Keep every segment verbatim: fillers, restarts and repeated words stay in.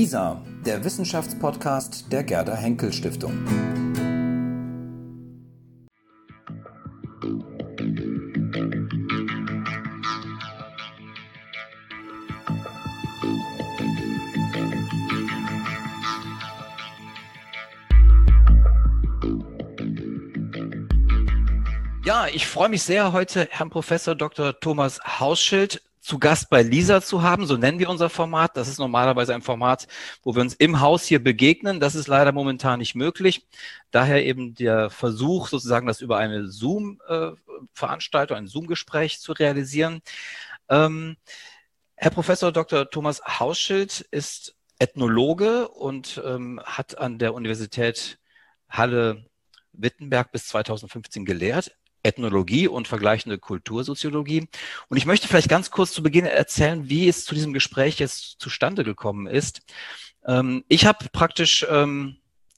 LISA, der Wissenschaftspodcast der Gerda Henkel Stiftung. Ja, ich freue mich sehr, heute Herrn Professor Doktor Thomas Hauschild zu Gast bei LISA zu haben. So nennen wir unser Format. Das ist normalerweise ein Format, wo wir uns im Haus hier begegnen. Das ist leider momentan nicht möglich. Daher eben der Versuch, sozusagen das über eine Zoom-Veranstaltung, ein Zoom-Gespräch zu realisieren. Ähm, Herr Professor Doktor Thomas Hauschild ist Ethnologe und ähm, hat an der Universität Halle-Wittenberg bis zweitausendfünfzehn gelehrt. Ethnologie und vergleichende Kultursoziologie. Und ich möchte vielleicht ganz kurz zu Beginn erzählen, wie es zu diesem Gespräch jetzt zustande gekommen ist. Ähm, ich habe praktisch ähm,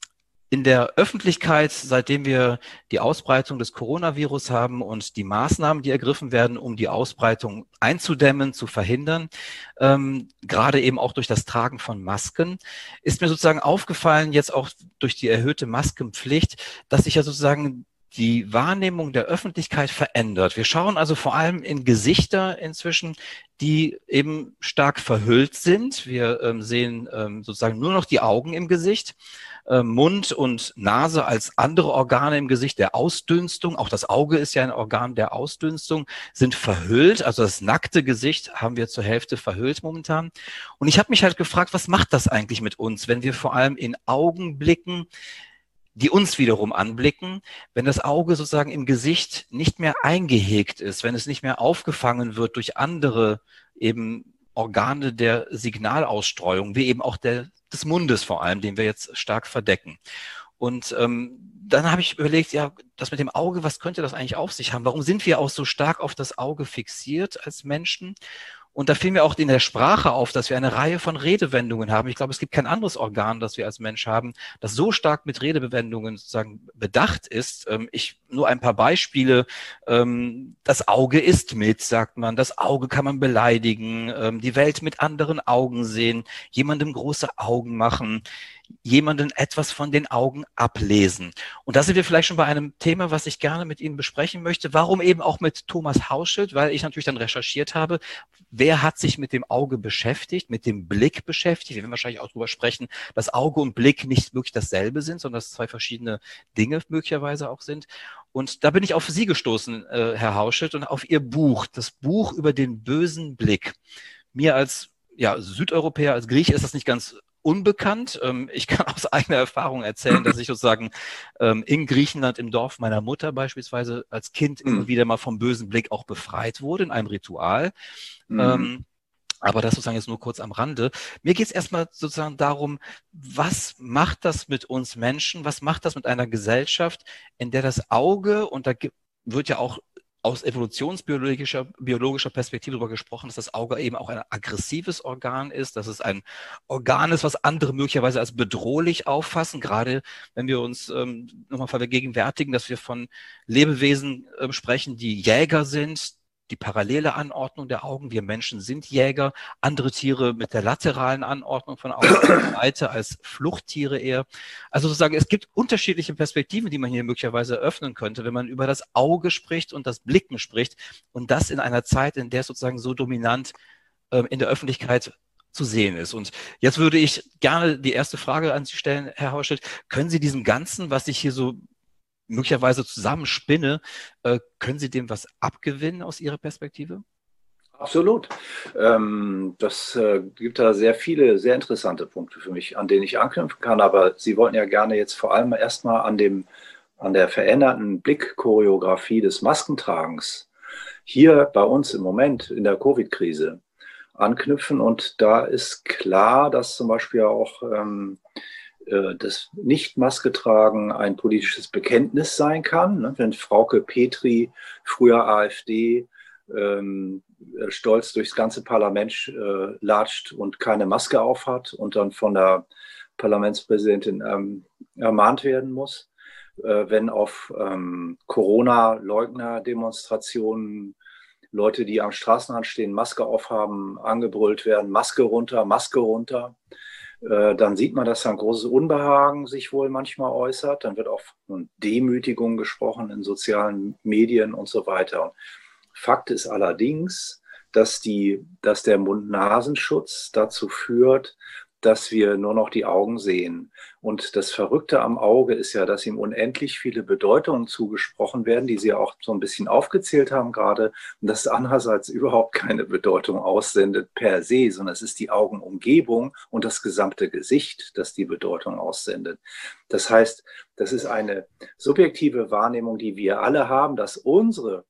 in der Öffentlichkeit, seitdem wir die Ausbreitung des Coronavirus haben und die Maßnahmen, die ergriffen werden, um die Ausbreitung einzudämmen, zu verhindern, ähm, gerade eben auch durch das Tragen von Masken, ist mir sozusagen aufgefallen, jetzt auch durch die erhöhte Maskenpflicht, dass sich ja sozusagen die Wahrnehmung der Öffentlichkeit verändert. Wir schauen also vor allem in Gesichter inzwischen, die eben stark verhüllt sind. Wir ähm, sehen ähm, sozusagen nur noch die Augen im Gesicht, äh, Mund und Nase als andere Organe im Gesicht der Ausdünstung. Auch das Auge ist ja ein Organ der Ausdünstung, sind verhüllt. Also das nackte Gesicht haben wir zur Hälfte verhüllt momentan. Und ich habe mich halt gefragt, was macht das eigentlich mit uns, wenn wir vor allem in Augen blicken, die uns wiederum anblicken, wenn das Auge sozusagen im Gesicht nicht mehr eingehegt ist, wenn es nicht mehr aufgefangen wird durch andere eben Organe der Signalausstreuung, wie eben auch der, des Mundes vor allem, den wir jetzt stark verdecken. Und ähm, dann habe ich überlegt, ja, das mit dem Auge, was könnte das eigentlich auf sich haben? Warum sind wir auch so stark auf das Auge fixiert als Menschen? Und da fiel mir auch in der Sprache auf, dass wir eine Reihe von Redewendungen haben. Ich glaube, es gibt kein anderes Organ, das wir als Mensch haben, das so stark mit Redewendungen sozusagen bedacht ist. Ich, nur ein paar Beispiele. Das Auge isst mit, sagt man. Das Auge kann man beleidigen. Die Welt mit anderen Augen sehen. Jemandem große Augen machen. Jemanden etwas von den Augen ablesen. Und da sind wir vielleicht schon bei einem Thema, was ich gerne mit Ihnen besprechen möchte. Warum eben auch mit Thomas Hauschild? Weil ich natürlich dann recherchiert habe, wer hat sich mit dem Auge beschäftigt, mit dem Blick beschäftigt? Wir werden wahrscheinlich auch darüber sprechen, dass Auge und Blick nicht wirklich dasselbe sind, sondern dass zwei verschiedene Dinge möglicherweise auch sind. Und da bin ich auf Sie gestoßen, äh, Herr Hauschild, und auf Ihr Buch, das Buch über den bösen Blick. Mir als ja, Südeuropäer, als Grieche ist das nicht ganz unbekannt. Ich kann aus eigener Erfahrung erzählen, dass ich sozusagen in Griechenland im Dorf meiner Mutter beispielsweise als Kind immer wieder mal vom bösen Blick auch befreit wurde in einem Ritual. Mhm. Aber das sozusagen jetzt nur kurz am Rande. Mir geht es erstmal sozusagen darum, was macht das mit uns Menschen? Was macht das mit einer Gesellschaft, in der das Auge, und da wird ja auch aus evolutionsbiologischer biologischer Perspektive darüber gesprochen, dass das Auge eben auch ein aggressives Organ ist, dass es ein Organ ist, was andere möglicherweise als bedrohlich auffassen, gerade wenn wir uns ähm, nochmal vergegenwärtigen, dass wir von Lebewesen äh, sprechen, die Jäger sind, die parallele Anordnung der Augen. Wir Menschen sind Jäger, andere Tiere mit der lateralen Anordnung von Augenweite als Fluchttiere eher. Also sozusagen, es gibt unterschiedliche Perspektiven, die man hier möglicherweise eröffnen könnte, wenn man über das Auge spricht und das Blicken spricht und das in einer Zeit, in der es sozusagen so dominant äh, in der Öffentlichkeit zu sehen ist. Und jetzt würde ich gerne die erste Frage an Sie stellen, Herr Hauschild. Können Sie diesem Ganzen, was ich hier so möglicherweise zusammenspinne, äh, können Sie dem was abgewinnen aus Ihrer Perspektive? Absolut. Ähm, das äh, gibt da sehr viele, sehr interessante Punkte für mich, an denen ich anknüpfen kann. Aber Sie wollten ja gerne jetzt vor allem erstmal an dem, an der veränderten Blickchoreografie des Maskentragens hier bei uns im Moment in der Covid-Krise anknüpfen. Und da ist klar, dass zum Beispiel auch ähm, das Nicht-Maske-Tragen ein politisches Bekenntnis sein kann. Wenn Frauke Petry, früher AfD, ähm, stolz durchs ganze Parlament äh, latscht und keine Maske aufhat und dann von der Parlamentspräsidentin ähm, ermahnt werden muss. Äh, wenn auf ähm, Corona-Leugner-Demonstrationen Leute, die am Straßenrand stehen, Maske aufhaben, angebrüllt werden, Maske runter, Maske runter. äh, dann sieht man, dass da ein großes Unbehagen sich wohl manchmal äußert. Dann wird auch von Demütigung gesprochen in sozialen Medien und so weiter. Und Fakt ist allerdings, dass, die, dass der Mund-Nasenschutz dazu führt, dass wir nur noch die Augen sehen. Und das Verrückte am Auge ist ja, dass ihm unendlich viele Bedeutungen zugesprochen werden, die Sie ja auch so ein bisschen aufgezählt haben gerade, und das andererseits überhaupt keine Bedeutung aussendet per se, sondern es ist die Augenumgebung und das gesamte Gesicht, das die Bedeutung aussendet. Das heißt, das ist eine subjektive Wahrnehmung, die wir alle haben, dass unsere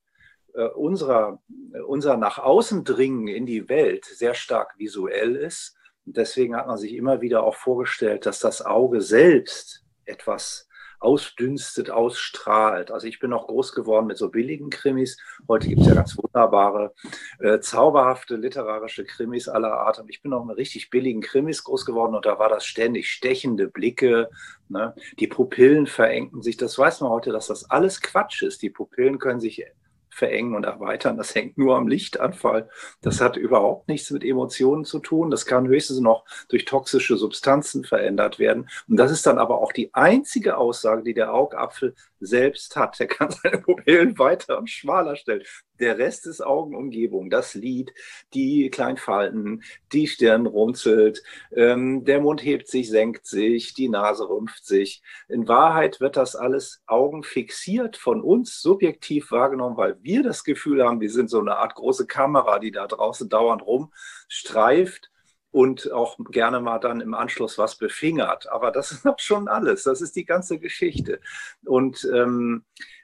Unserer, unser nach außen dringen in die Welt sehr stark visuell ist. Und deswegen hat man sich immer wieder auch vorgestellt, dass das Auge selbst etwas ausdünstet, ausstrahlt. Also ich bin noch groß geworden mit so billigen Krimis. Heute gibt es ja ganz wunderbare, äh, zauberhafte literarische Krimis aller Art. Und ich bin noch mit richtig billigen Krimis groß geworden und da war das ständig stechende Blicke. Ne? Die Pupillen verengten sich. Das weiß man heute, dass das alles Quatsch ist. Die Pupillen können sich verengen und erweitern. Das hängt nur am Lichtanfall. Das hat überhaupt nichts mit Emotionen zu tun. Das kann höchstens noch durch toxische Substanzen verändert werden. Und das ist dann aber auch die einzige Aussage, die der Augapfel selbst hat. Der kann seine Pupillen weiter und schmaler stellen. Der Rest ist Augenumgebung, das Lid, die Kleinfalten, die Stirn runzelt, ähm, der Mund hebt sich, senkt sich, die Nase rümpft sich. In Wahrheit wird das alles augenfixiert von uns subjektiv wahrgenommen, weil wir das Gefühl haben, wir sind so eine Art große Kamera, die da draußen dauernd rumstreift und auch gerne mal dann im Anschluss was befingert. Aber das ist auch schon alles, das ist die ganze Geschichte. Und ähm,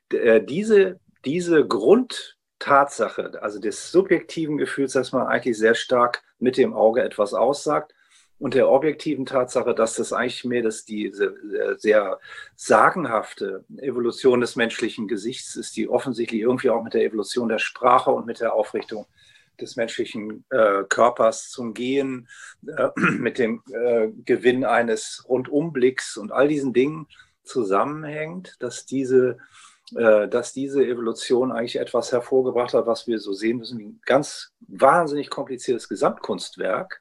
diese, diese Grund Tatsache, also des subjektiven Gefühls, dass man eigentlich sehr stark mit dem Auge etwas aussagt und der objektiven Tatsache, dass das eigentlich mehr das diese sehr sagenhafte Evolution des menschlichen Gesichts ist, die offensichtlich irgendwie auch mit der Evolution der Sprache und mit der Aufrichtung des menschlichen äh, Körpers zum Gehen, äh, mit dem äh, Gewinn eines Rundumblicks und all diesen Dingen zusammenhängt, dass diese dass diese Evolution eigentlich etwas hervorgebracht hat, was wir so sehen müssen, wie ein ganz wahnsinnig kompliziertes Gesamtkunstwerk.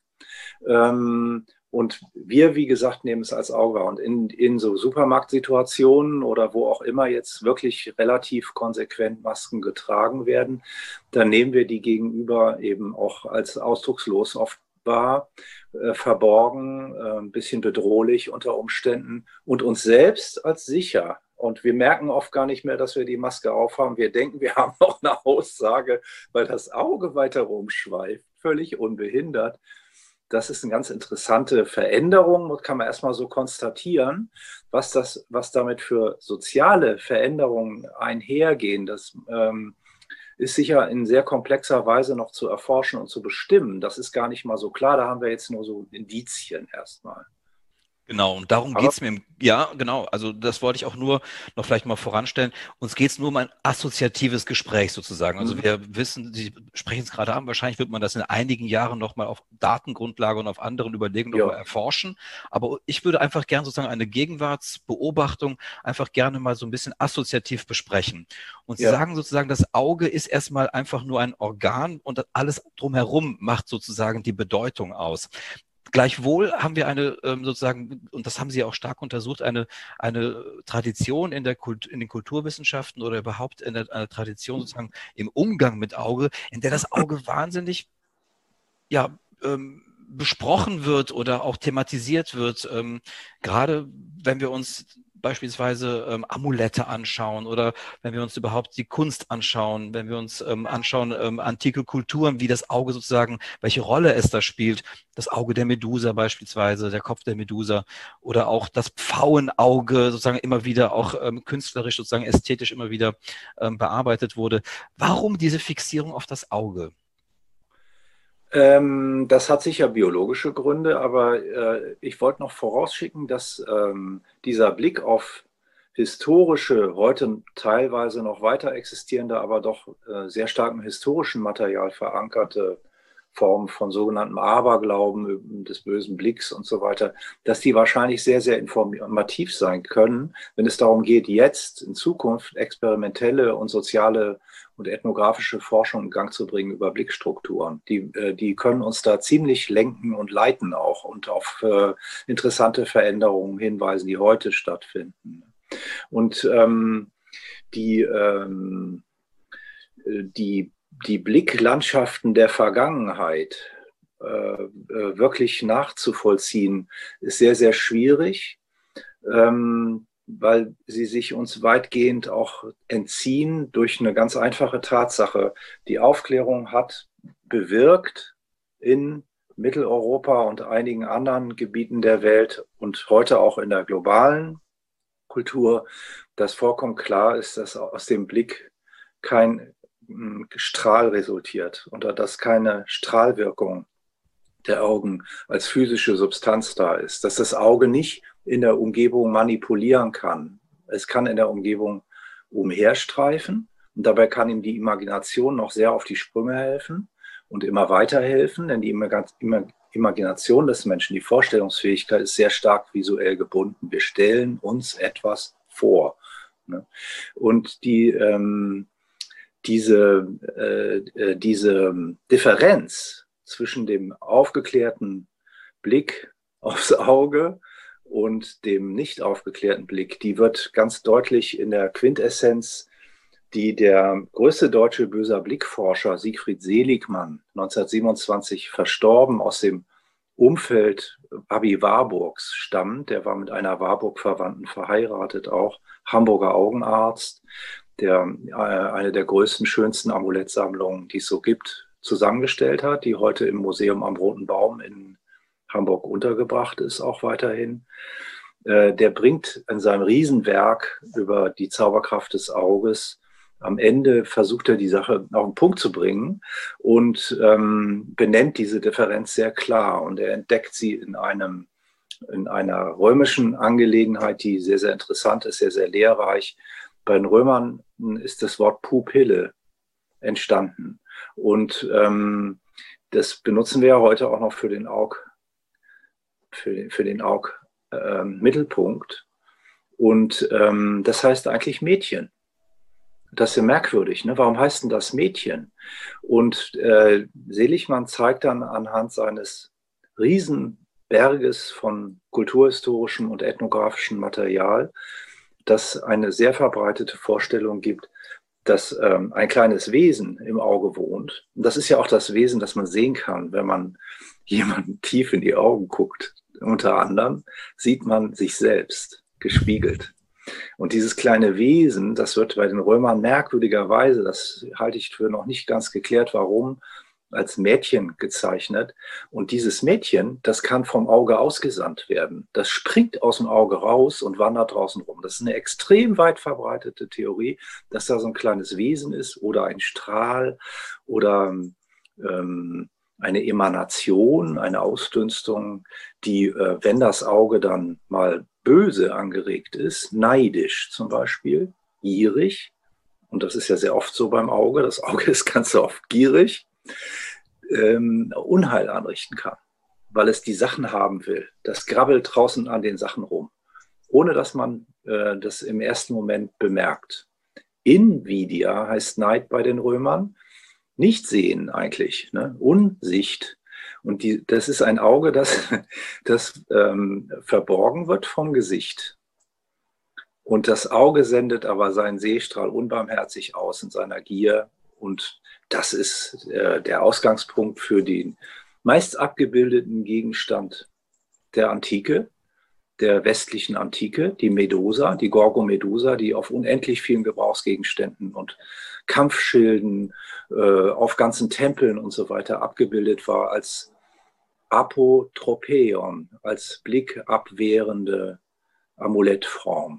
Und wir, wie gesagt, nehmen es als Auge wahr. Und in, in so Supermarktsituationen oder wo auch immer jetzt wirklich relativ konsequent Masken getragen werden, dann nehmen wir die gegenüber eben auch als ausdruckslos oft wahr, äh, verborgen, äh, ein bisschen bedrohlich unter Umständen und uns selbst als sicher. Und wir merken oft gar nicht mehr, dass wir die Maske aufhaben. Wir denken, wir haben noch eine Aussage, weil das Auge weiter rumschweift, völlig unbehindert. Das ist eine ganz interessante Veränderung, das kann man erstmal so konstatieren, was, das, was damit für soziale Veränderungen einhergehen. Das ähm, ist sicher in sehr komplexer Weise noch zu erforschen und zu bestimmen. Das ist gar nicht mal so klar, da haben wir jetzt nur so Indizien erstmal. Genau, und darum geht es mir. Ja, genau. Also das wollte ich auch nur noch vielleicht mal voranstellen. Uns geht es nur um ein assoziatives Gespräch sozusagen. Also mhm. wir wissen, Sie sprechen es gerade an, wahrscheinlich wird man das in einigen Jahren nochmal auf Datengrundlage und auf anderen Überlegungen nochmal erforschen. Aber ich würde einfach gerne sozusagen eine Gegenwartsbeobachtung einfach gerne mal so ein bisschen assoziativ besprechen. Und Sie ja. sagen sozusagen, das Auge ist erstmal einfach nur ein Organ und alles drumherum macht sozusagen die Bedeutung aus. Gleichwohl haben wir eine ähm, sozusagen, und das haben Sie ja auch stark untersucht, eine, eine Tradition in, der Kult, in den Kulturwissenschaften oder überhaupt in der, eine Tradition sozusagen im Umgang mit Auge, in der das Auge wahnsinnig ja, ähm, besprochen wird oder auch thematisiert wird. Ähm, gerade wenn wir uns beispielsweise ähm, Amulette anschauen oder wenn wir uns überhaupt die Kunst anschauen, wenn wir uns ähm, anschauen, ähm, antike Kulturen, wie das Auge sozusagen, welche Rolle es da spielt. Das Auge der Medusa beispielsweise, der Kopf der Medusa oder auch das Pfauenauge sozusagen immer wieder auch ähm, künstlerisch, sozusagen ästhetisch immer wieder ähm, bearbeitet wurde. Warum diese Fixierung auf das Auge? Ähm, das hat sicher biologische Gründe, aber äh, ich wollte noch vorausschicken, dass ähm, dieser Blick auf historische, heute teilweise noch weiter existierende, aber doch äh, sehr stark im historischen Material verankerte Formen von sogenanntem Aberglauben, des bösen Blicks und so weiter, dass die wahrscheinlich sehr, sehr informativ sein können, wenn es darum geht, jetzt in Zukunft experimentelle und soziale und ethnografische Forschung in Gang zu bringen über Blickstrukturen. Die, die können uns da ziemlich lenken und leiten auch und auf äh, interessante Veränderungen hinweisen, die heute stattfinden. Und ähm, die, ähm, die die Blicklandschaften der Vergangenheit äh, wirklich nachzuvollziehen, ist sehr, sehr schwierig, ähm, weil sie sich uns weitgehend auch entziehen durch eine ganz einfache Tatsache. Die Aufklärung hat bewirkt in Mitteleuropa und einigen anderen Gebieten der Welt und heute auch in der globalen Kultur, dass vollkommen klar ist, dass aus dem Blick kein Strahl resultiert und dass keine Strahlwirkung der Augen als physische Substanz da ist, dass das Auge nicht in der Umgebung manipulieren kann. Es kann in der Umgebung umherstreifen und dabei kann ihm die Imagination noch sehr auf die Sprünge helfen und immer weiterhelfen, denn die Imagination des Menschen, die Vorstellungsfähigkeit ist sehr stark visuell gebunden. Wir stellen uns etwas vor. Und die ähm, Diese, äh, diese Differenz zwischen dem aufgeklärten Blick aufs Auge und dem nicht aufgeklärten Blick, die wird ganz deutlich in der Quintessenz, die der größte deutsche böser Blickforscher Siegfried Seligmann neunzehnhundertsiebenundzwanzig verstorben aus dem Umfeld Abi Warburgs stammt. Der war mit einer Warburg-Verwandten verheiratet, auch Hamburger Augenarzt, der äh, eine der größten, schönsten Amulettsammlungen, die es so gibt, zusammengestellt hat, die heute im Museum am Roten Baum in Hamburg untergebracht ist, auch weiterhin. Äh, der bringt in seinem Riesenwerk über die Zauberkraft des Auges, am Ende versucht er die Sache auf den Punkt zu bringen und ähm, benennt diese Differenz sehr klar. Und er entdeckt sie in einem, in einer römischen Angelegenheit, die sehr, sehr interessant ist, sehr, sehr lehrreich. Bei den Römern ist das Wort Pupille entstanden. Und ähm, das benutzen wir ja heute auch noch für den Aug, für den, für den Aug, äh, Mittelpunkt. Und ähm, das heißt eigentlich Mädchen. Das ist ja merkwürdig, ne? Warum heißt denn das Mädchen? Und äh, Seligmann zeigt dann anhand seines Riesenberges von kulturhistorischem und ethnografischem Material, dass eine sehr verbreitete Vorstellung gibt, dass ähm, ein kleines Wesen im Auge wohnt. Und das ist ja auch das Wesen, das man sehen kann, wenn man jemanden tief in die Augen guckt. Unter anderem sieht man sich selbst gespiegelt. Und dieses kleine Wesen, das wird bei den Römern merkwürdigerweise, das halte ich für noch nicht ganz geklärt, warum, als Mädchen gezeichnet. Und dieses Mädchen, das kann vom Auge ausgesandt werden. Das springt aus dem Auge raus und wandert draußen rum. Das ist eine extrem weit verbreitete Theorie, dass da so ein kleines Wesen ist oder ein Strahl oder ähm, eine Emanation, eine Ausdünstung, die, äh, wenn das Auge dann mal böse angeregt ist, neidisch zum Beispiel, gierig, und das ist ja sehr oft so beim Auge, das Auge ist ganz oft gierig, ähm, Unheil anrichten kann, weil es die Sachen haben will. Das grabbelt draußen an den Sachen rum, ohne dass man äh, das im ersten Moment bemerkt. Invidia heißt Neid bei den Römern, nicht sehen eigentlich, ne? Unsicht. Und die, das ist ein Auge, das, das ähm, verborgen wird vom Gesicht. Und das Auge sendet aber seinen Sehstrahl unbarmherzig aus in seiner Gier. Und das ist äh, der Ausgangspunkt für den meist abgebildeten Gegenstand der Antike, der westlichen Antike, die Medusa, die Gorgomedusa, die auf unendlich vielen Gebrauchsgegenständen und Kampfschilden, äh, auf ganzen Tempeln und so weiter abgebildet war als Apotropeion, als blickabwehrende Amulettform.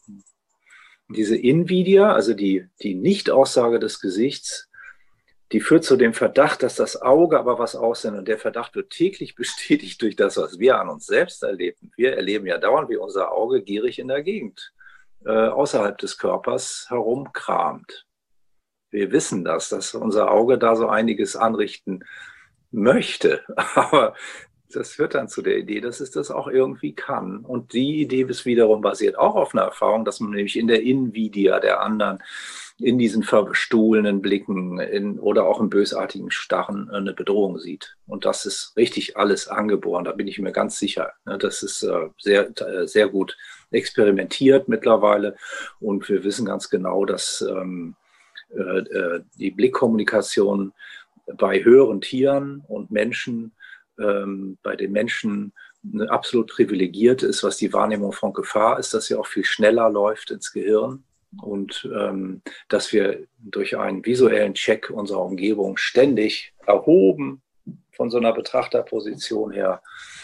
Diese Invidia, also die, die Nichtaussage des Gesichts, die führt zu dem Verdacht, dass das Auge aber was aussendet. Und der Verdacht wird täglich bestätigt durch das, was wir an uns selbst erleben. Wir erleben ja dauernd, wie unser Auge gierig in der Gegend äh, außerhalb des Körpers herumkramt. Wir wissen das, dass unser Auge da so einiges anrichten möchte. Aber das führt dann zu der Idee, dass es das auch irgendwie kann. Und die Idee ist wiederum basiert auch auf einer Erfahrung, dass man nämlich in der Invidia der anderen, in diesen verstohlenen Blicken in, oder auch im bösartigen Starren eine Bedrohung sieht. Und das ist richtig alles angeboren, da bin ich mir ganz sicher. Das ist sehr, sehr gut experimentiert mittlerweile. Und wir wissen ganz genau, dass ähm, äh, die Blickkommunikation bei höheren Tieren und Menschen, ähm, bei den Menschen absolut privilegiert ist, was die Wahrnehmung von Gefahr ist, dass sie auch viel schneller läuft ins Gehirn und ähm, dass wir durch einen visuellen Check unserer Umgebung ständig erhoben von so einer Betrachterposition her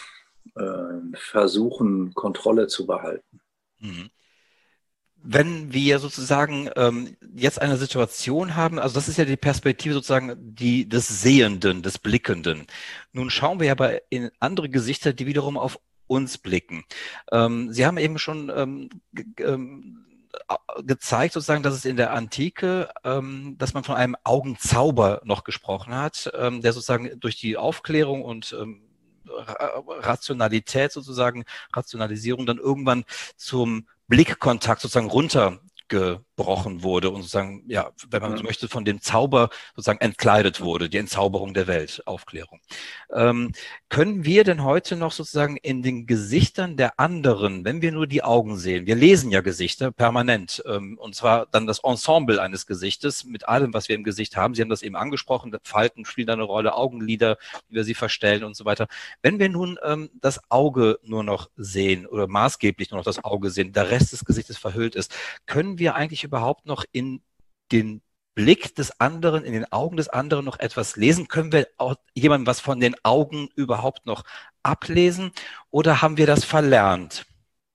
äh, versuchen, Kontrolle zu behalten. Mhm. Wenn wir sozusagen ähm, jetzt eine Situation haben, also das ist ja die Perspektive sozusagen die des Sehenden, des Blickenden. Nun schauen wir aber in andere Gesichter, die wiederum auf uns blicken. Ähm, Sie haben eben schon ähm, ähm, gezeigt, sozusagen, dass es in der Antike, ähm, dass man von einem Augenzauber noch gesprochen hat, ähm, der sozusagen durch die Aufklärung und ähm, Rationalität sozusagen, Rationalisierung dann irgendwann zum Blickkontakt sozusagen runtergebrochen wurde und sozusagen, ja, wenn man so möchte, von dem Zauber sozusagen entkleidet wurde, die Entzauberung der Welt, Aufklärung. Ähm, können wir denn heute noch sozusagen in den Gesichtern der anderen, wenn wir nur die Augen sehen, wir lesen ja Gesichter permanent, ähm, und zwar dann das Ensemble eines Gesichtes mit allem, was wir im Gesicht haben. Sie haben das eben angesprochen, Falten spielen da eine Rolle, Augenlider, wie wir sie verstellen und so weiter. Wenn wir nun ähm, das Auge nur noch sehen oder maßgeblich nur noch das Auge sehen, der Rest des Gesichtes verhüllt ist, können wir eigentlich überhaupt noch in den Blick des anderen, in den Augen des anderen noch etwas lesen? Können wir auch jemandem was von den Augen überhaupt noch ablesen oder haben wir das verlernt?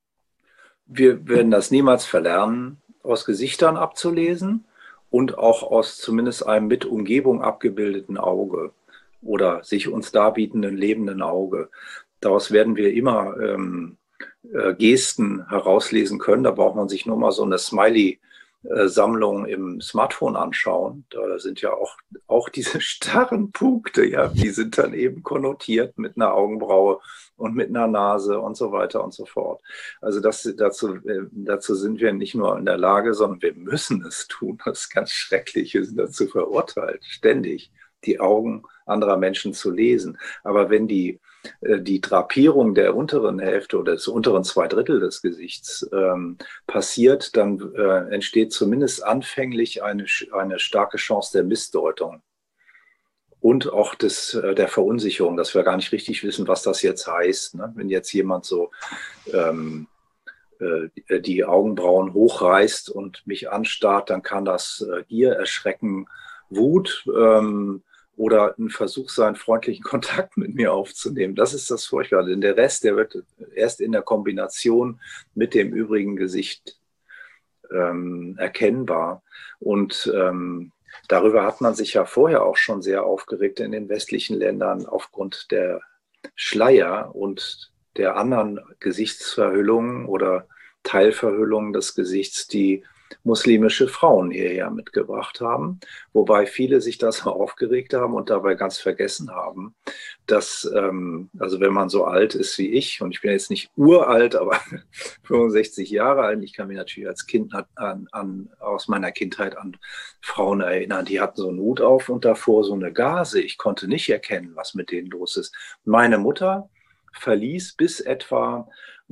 Wir werden das niemals verlernen, aus Gesichtern abzulesen und auch aus zumindest einem mit Umgebung abgebildeten Auge oder sich uns darbietenden lebenden Auge. Daraus werden wir immer ähm, äh, Gesten herauslesen können. Da braucht man sich nur mal so eine Smiley-Sammlung im Smartphone anschauen. Da sind ja auch, auch diese starren Punkte, ja, die sind dann eben konnotiert mit einer Augenbraue und mit einer Nase und so weiter und so fort. Also das, dazu, dazu sind wir nicht nur in der Lage, sondern wir müssen es tun. Das ist ganz schrecklich. Wir sind dazu verurteilt, ständig die Augen anderer Menschen zu lesen. Aber wenn die, die Drapierung der unteren Hälfte oder des unteren zwei Drittel des Gesichts ähm, passiert, dann äh, entsteht zumindest anfänglich eine, eine starke Chance der Missdeutung. Und auch des, der Verunsicherung, dass wir gar nicht richtig wissen, was das jetzt heißt. Ne? Wenn jetzt jemand so ähm, äh, die Augenbrauen hochreißt und mich anstarrt, dann kann das äh, Gier, Erschrecken, Wut ähm, oder ein Versuch sein, freundlichen Kontakt mit mir aufzunehmen. Das ist das Furchtbare. Denn der Rest, der wird erst in der Kombination mit dem übrigen Gesicht ähm, erkennbar. Und ähm, darüber hat man sich ja vorher auch schon sehr aufgeregt in den westlichen Ländern aufgrund der Schleier und der anderen Gesichtsverhüllungen oder Teilverhüllungen des Gesichts, die muslimische Frauen hierher mitgebracht haben, wobei viele sich das aufgeregt haben und dabei ganz vergessen haben, dass, ähm, also wenn man so alt ist wie ich, und ich bin jetzt nicht uralt, aber fünfundsechzig Jahre alt, ich kann mich natürlich als Kind an, an, aus meiner Kindheit an Frauen erinnern, die hatten so einen Hut auf und davor so eine Gase. Ich konnte nicht erkennen, was mit denen los ist. Meine Mutter verließ bis etwa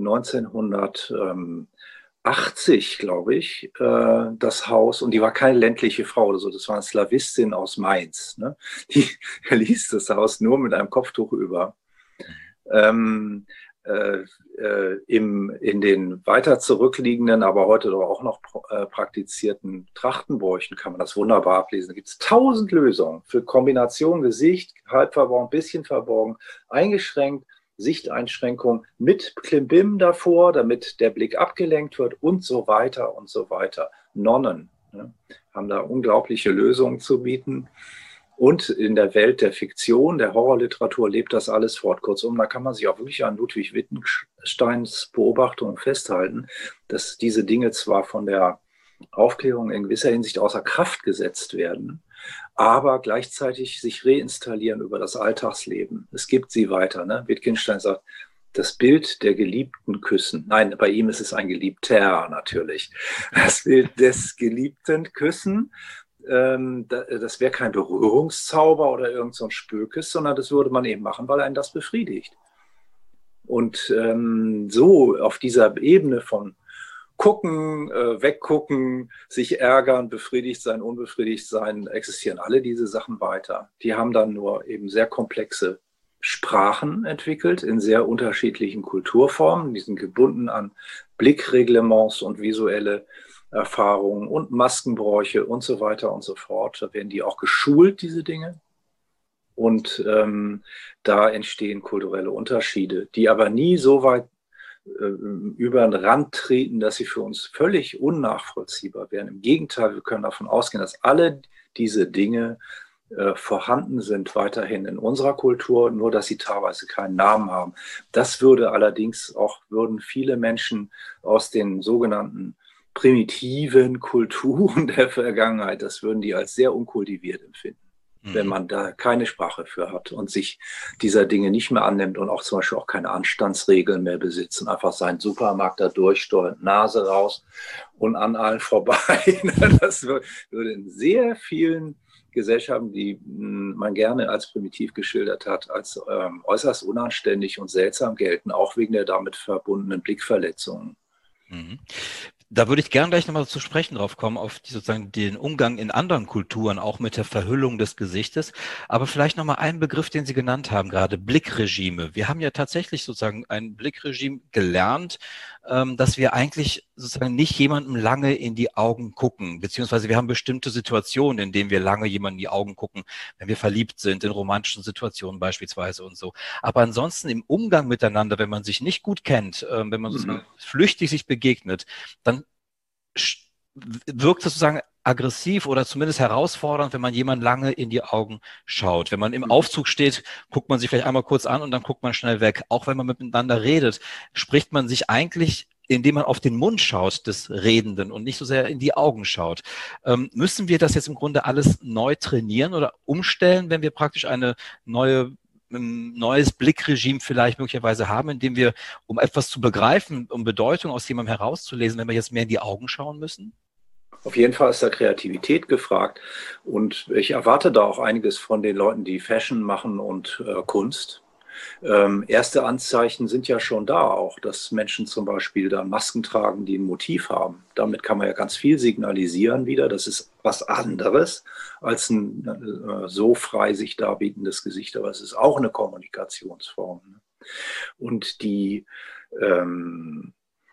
neunzehnhundertachtzig, glaube ich, äh, das Haus. Und die war keine ländliche Frau oder so, das war eine Slawistin aus Mainz. Ne? Die verließ das Haus nur mit einem Kopftuch über. Ähm, äh, äh, im, in den weiter zurückliegenden, aber heute doch auch noch äh, praktizierten Trachtenbräuchen kann man das wunderbar ablesen. Da gibt es tausend Lösungen für Kombination Gesicht, halb verborgen, bisschen verborgen, eingeschränkt, Sichteinschränkung mit Klimbim davor, damit der Blick abgelenkt wird und so weiter und so weiter. Nonnen, ne, haben da unglaubliche Lösungen zu bieten. Und in der Welt der Fiktion, der Horrorliteratur lebt das alles fort. Kurzum, da kann man sich auch wirklich an Ludwig Wittgensteins Beobachtung festhalten, dass diese Dinge zwar von der Aufklärung in gewisser Hinsicht außer Kraft gesetzt werden, aber gleichzeitig sich reinstallieren über das Alltagsleben. Es gibt sie weiter. Ne? Wittgenstein sagt, das Bild der Geliebten küssen. Nein, bei ihm ist es ein Geliebter natürlich. Das Bild des Geliebten küssen, ähm, das wäre kein Berührungszauber oder irgend so ein Spökes, sondern das würde man eben machen, weil einen das befriedigt. Und ähm, so auf dieser Ebene von gucken, äh, weggucken, sich ärgern, befriedigt sein, unbefriedigt sein, existieren alle diese Sachen weiter. Die haben dann nur eben sehr komplexe Sprachen entwickelt in sehr unterschiedlichen Kulturformen. Die sind gebunden an Blickreglements und visuelle Erfahrungen und Maskenbräuche und so weiter und so fort. Da werden die auch geschult, diese Dinge. Und ähm, da entstehen kulturelle Unterschiede, die aber nie so weit äh, über den Rand treten, dass sie für uns völlig unnachvollziehbar wären. Im Gegenteil, wir können davon ausgehen, dass alle diese Dinge äh, vorhanden sind weiterhin in unserer Kultur, nur dass sie teilweise keinen Namen haben. Das würde allerdings auch, würden viele Menschen aus den sogenannten primitiven Kulturen der Vergangenheit, das würden die als sehr unkultiviert empfinden, wenn man da keine Sprache für hat und sich dieser Dinge nicht mehr annimmt und auch zum Beispiel auch keine Anstandsregeln mehr besitzt und einfach seinen Supermarkt da durchsteuert, Nase raus und an allen vorbei. Das würde in sehr vielen Gesellschaften, die man gerne als primitiv geschildert hat, als ähm, äußerst unanständig und seltsam gelten, auch wegen der damit verbundenen Blickverletzungen. Mhm. Da würde ich gern gleich nochmal zu sprechen drauf kommen, auf die, sozusagen den Umgang in anderen Kulturen, auch mit der Verhüllung des Gesichtes. Aber vielleicht nochmal einen Begriff, den Sie genannt haben, gerade Blickregime. Wir haben ja tatsächlich sozusagen ein Blickregime gelernt, ähm, dass wir eigentlich sozusagen nicht jemandem lange in die Augen gucken, beziehungsweise wir haben bestimmte Situationen, in denen wir lange jemandem in die Augen gucken, wenn wir verliebt sind, in romantischen Situationen beispielsweise und so. Aber ansonsten im Umgang miteinander, wenn man sich nicht gut kennt, äh, wenn man sozusagen mhm. flüchtig sich begegnet, dann wirkt es sozusagen aggressiv oder zumindest herausfordernd, wenn man jemand lange in die Augen schaut. Wenn man im Aufzug steht, guckt man sich vielleicht einmal kurz an und dann guckt man schnell weg. Auch wenn man miteinander redet, spricht man sich eigentlich, indem man auf den Mund schaut des Redenden und nicht so sehr in die Augen schaut. Ähm, müssen wir das jetzt im Grunde alles neu trainieren oder umstellen, wenn wir praktisch eine neue ein neues Blickregime vielleicht möglicherweise haben, indem wir, um etwas zu begreifen, um Bedeutung aus jemandem herauszulesen, wenn wir jetzt mehr in die Augen schauen müssen? Auf jeden Fall ist da Kreativität gefragt und ich erwarte da auch einiges von den Leuten, die Fashion machen und äh, Kunst. Ähm, erste Anzeichen sind ja schon da auch, dass Menschen zum Beispiel dann Masken tragen, die ein Motiv haben. Damit kann man ja ganz viel signalisieren wieder. Das ist was anderes als ein äh, so frei sich darbietendes Gesicht, aber es ist auch eine Kommunikationsform. Ne? Und die ähm,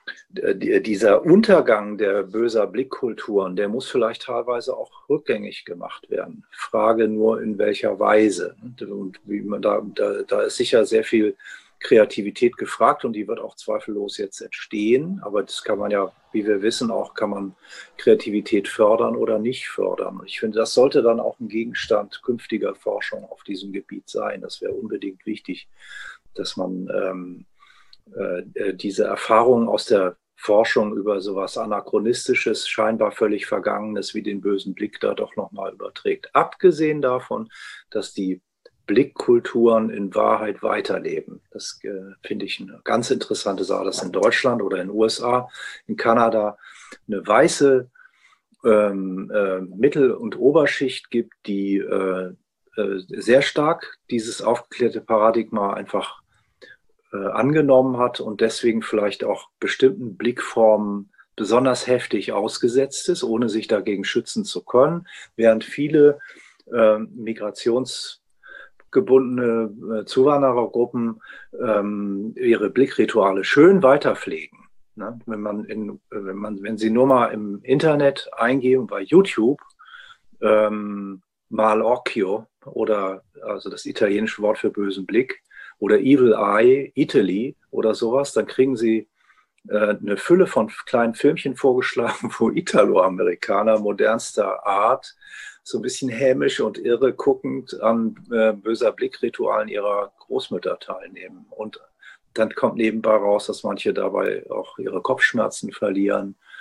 dieser Untergang der böser Blickkulturen, der muss vielleicht teilweise auch rückgängig gemacht werden. Frage nur, in welcher Weise. Und wie man da, da, da ist sicher sehr viel Kreativität gefragt und die wird auch zweifellos jetzt entstehen. Aber das kann man ja, wie wir wissen, auch kann man Kreativität fördern oder nicht fördern. Ich finde, das sollte dann auch ein Gegenstand künftiger Forschung auf diesem Gebiet sein. Das wäre unbedingt wichtig, dass man ähm, äh, diese Erfahrungen aus der Forschung über sowas Anachronistisches, scheinbar völlig Vergangenes wie den bösen Blick da doch nochmal überträgt. Abgesehen davon, dass die Blickkulturen in Wahrheit weiterleben. Das äh, finde ich eine ganz interessante Sache, dass in Deutschland oder in den U S A, in Kanada eine weiße ähm, äh, Mittel- und Oberschicht gibt, die äh, äh, sehr stark dieses aufgeklärte Paradigma einfach angenommen hat und deswegen vielleicht auch bestimmten Blickformen besonders heftig ausgesetzt ist, ohne sich dagegen schützen zu können, während viele äh, migrationsgebundene äh, Zuwanderergruppen ähm, ihre Blickrituale schön weiterpflegen. Ne? Wenn man in, wenn man, wenn Sie nur mal im Internet eingeben bei YouTube ähm, Malocchio oder also das italienische Wort für bösen Blick, oder Evil Eye, Italy oder sowas, dann kriegen Sie äh, eine Fülle von kleinen Filmchen vorgeschlagen, wo Italoamerikaner modernster Art so ein bisschen hämisch und irre guckend an äh, böser Blickritualen ihrer Großmütter teilnehmen. Und dann kommt nebenbei raus, dass manche dabei auch ihre Kopfschmerzen verlieren.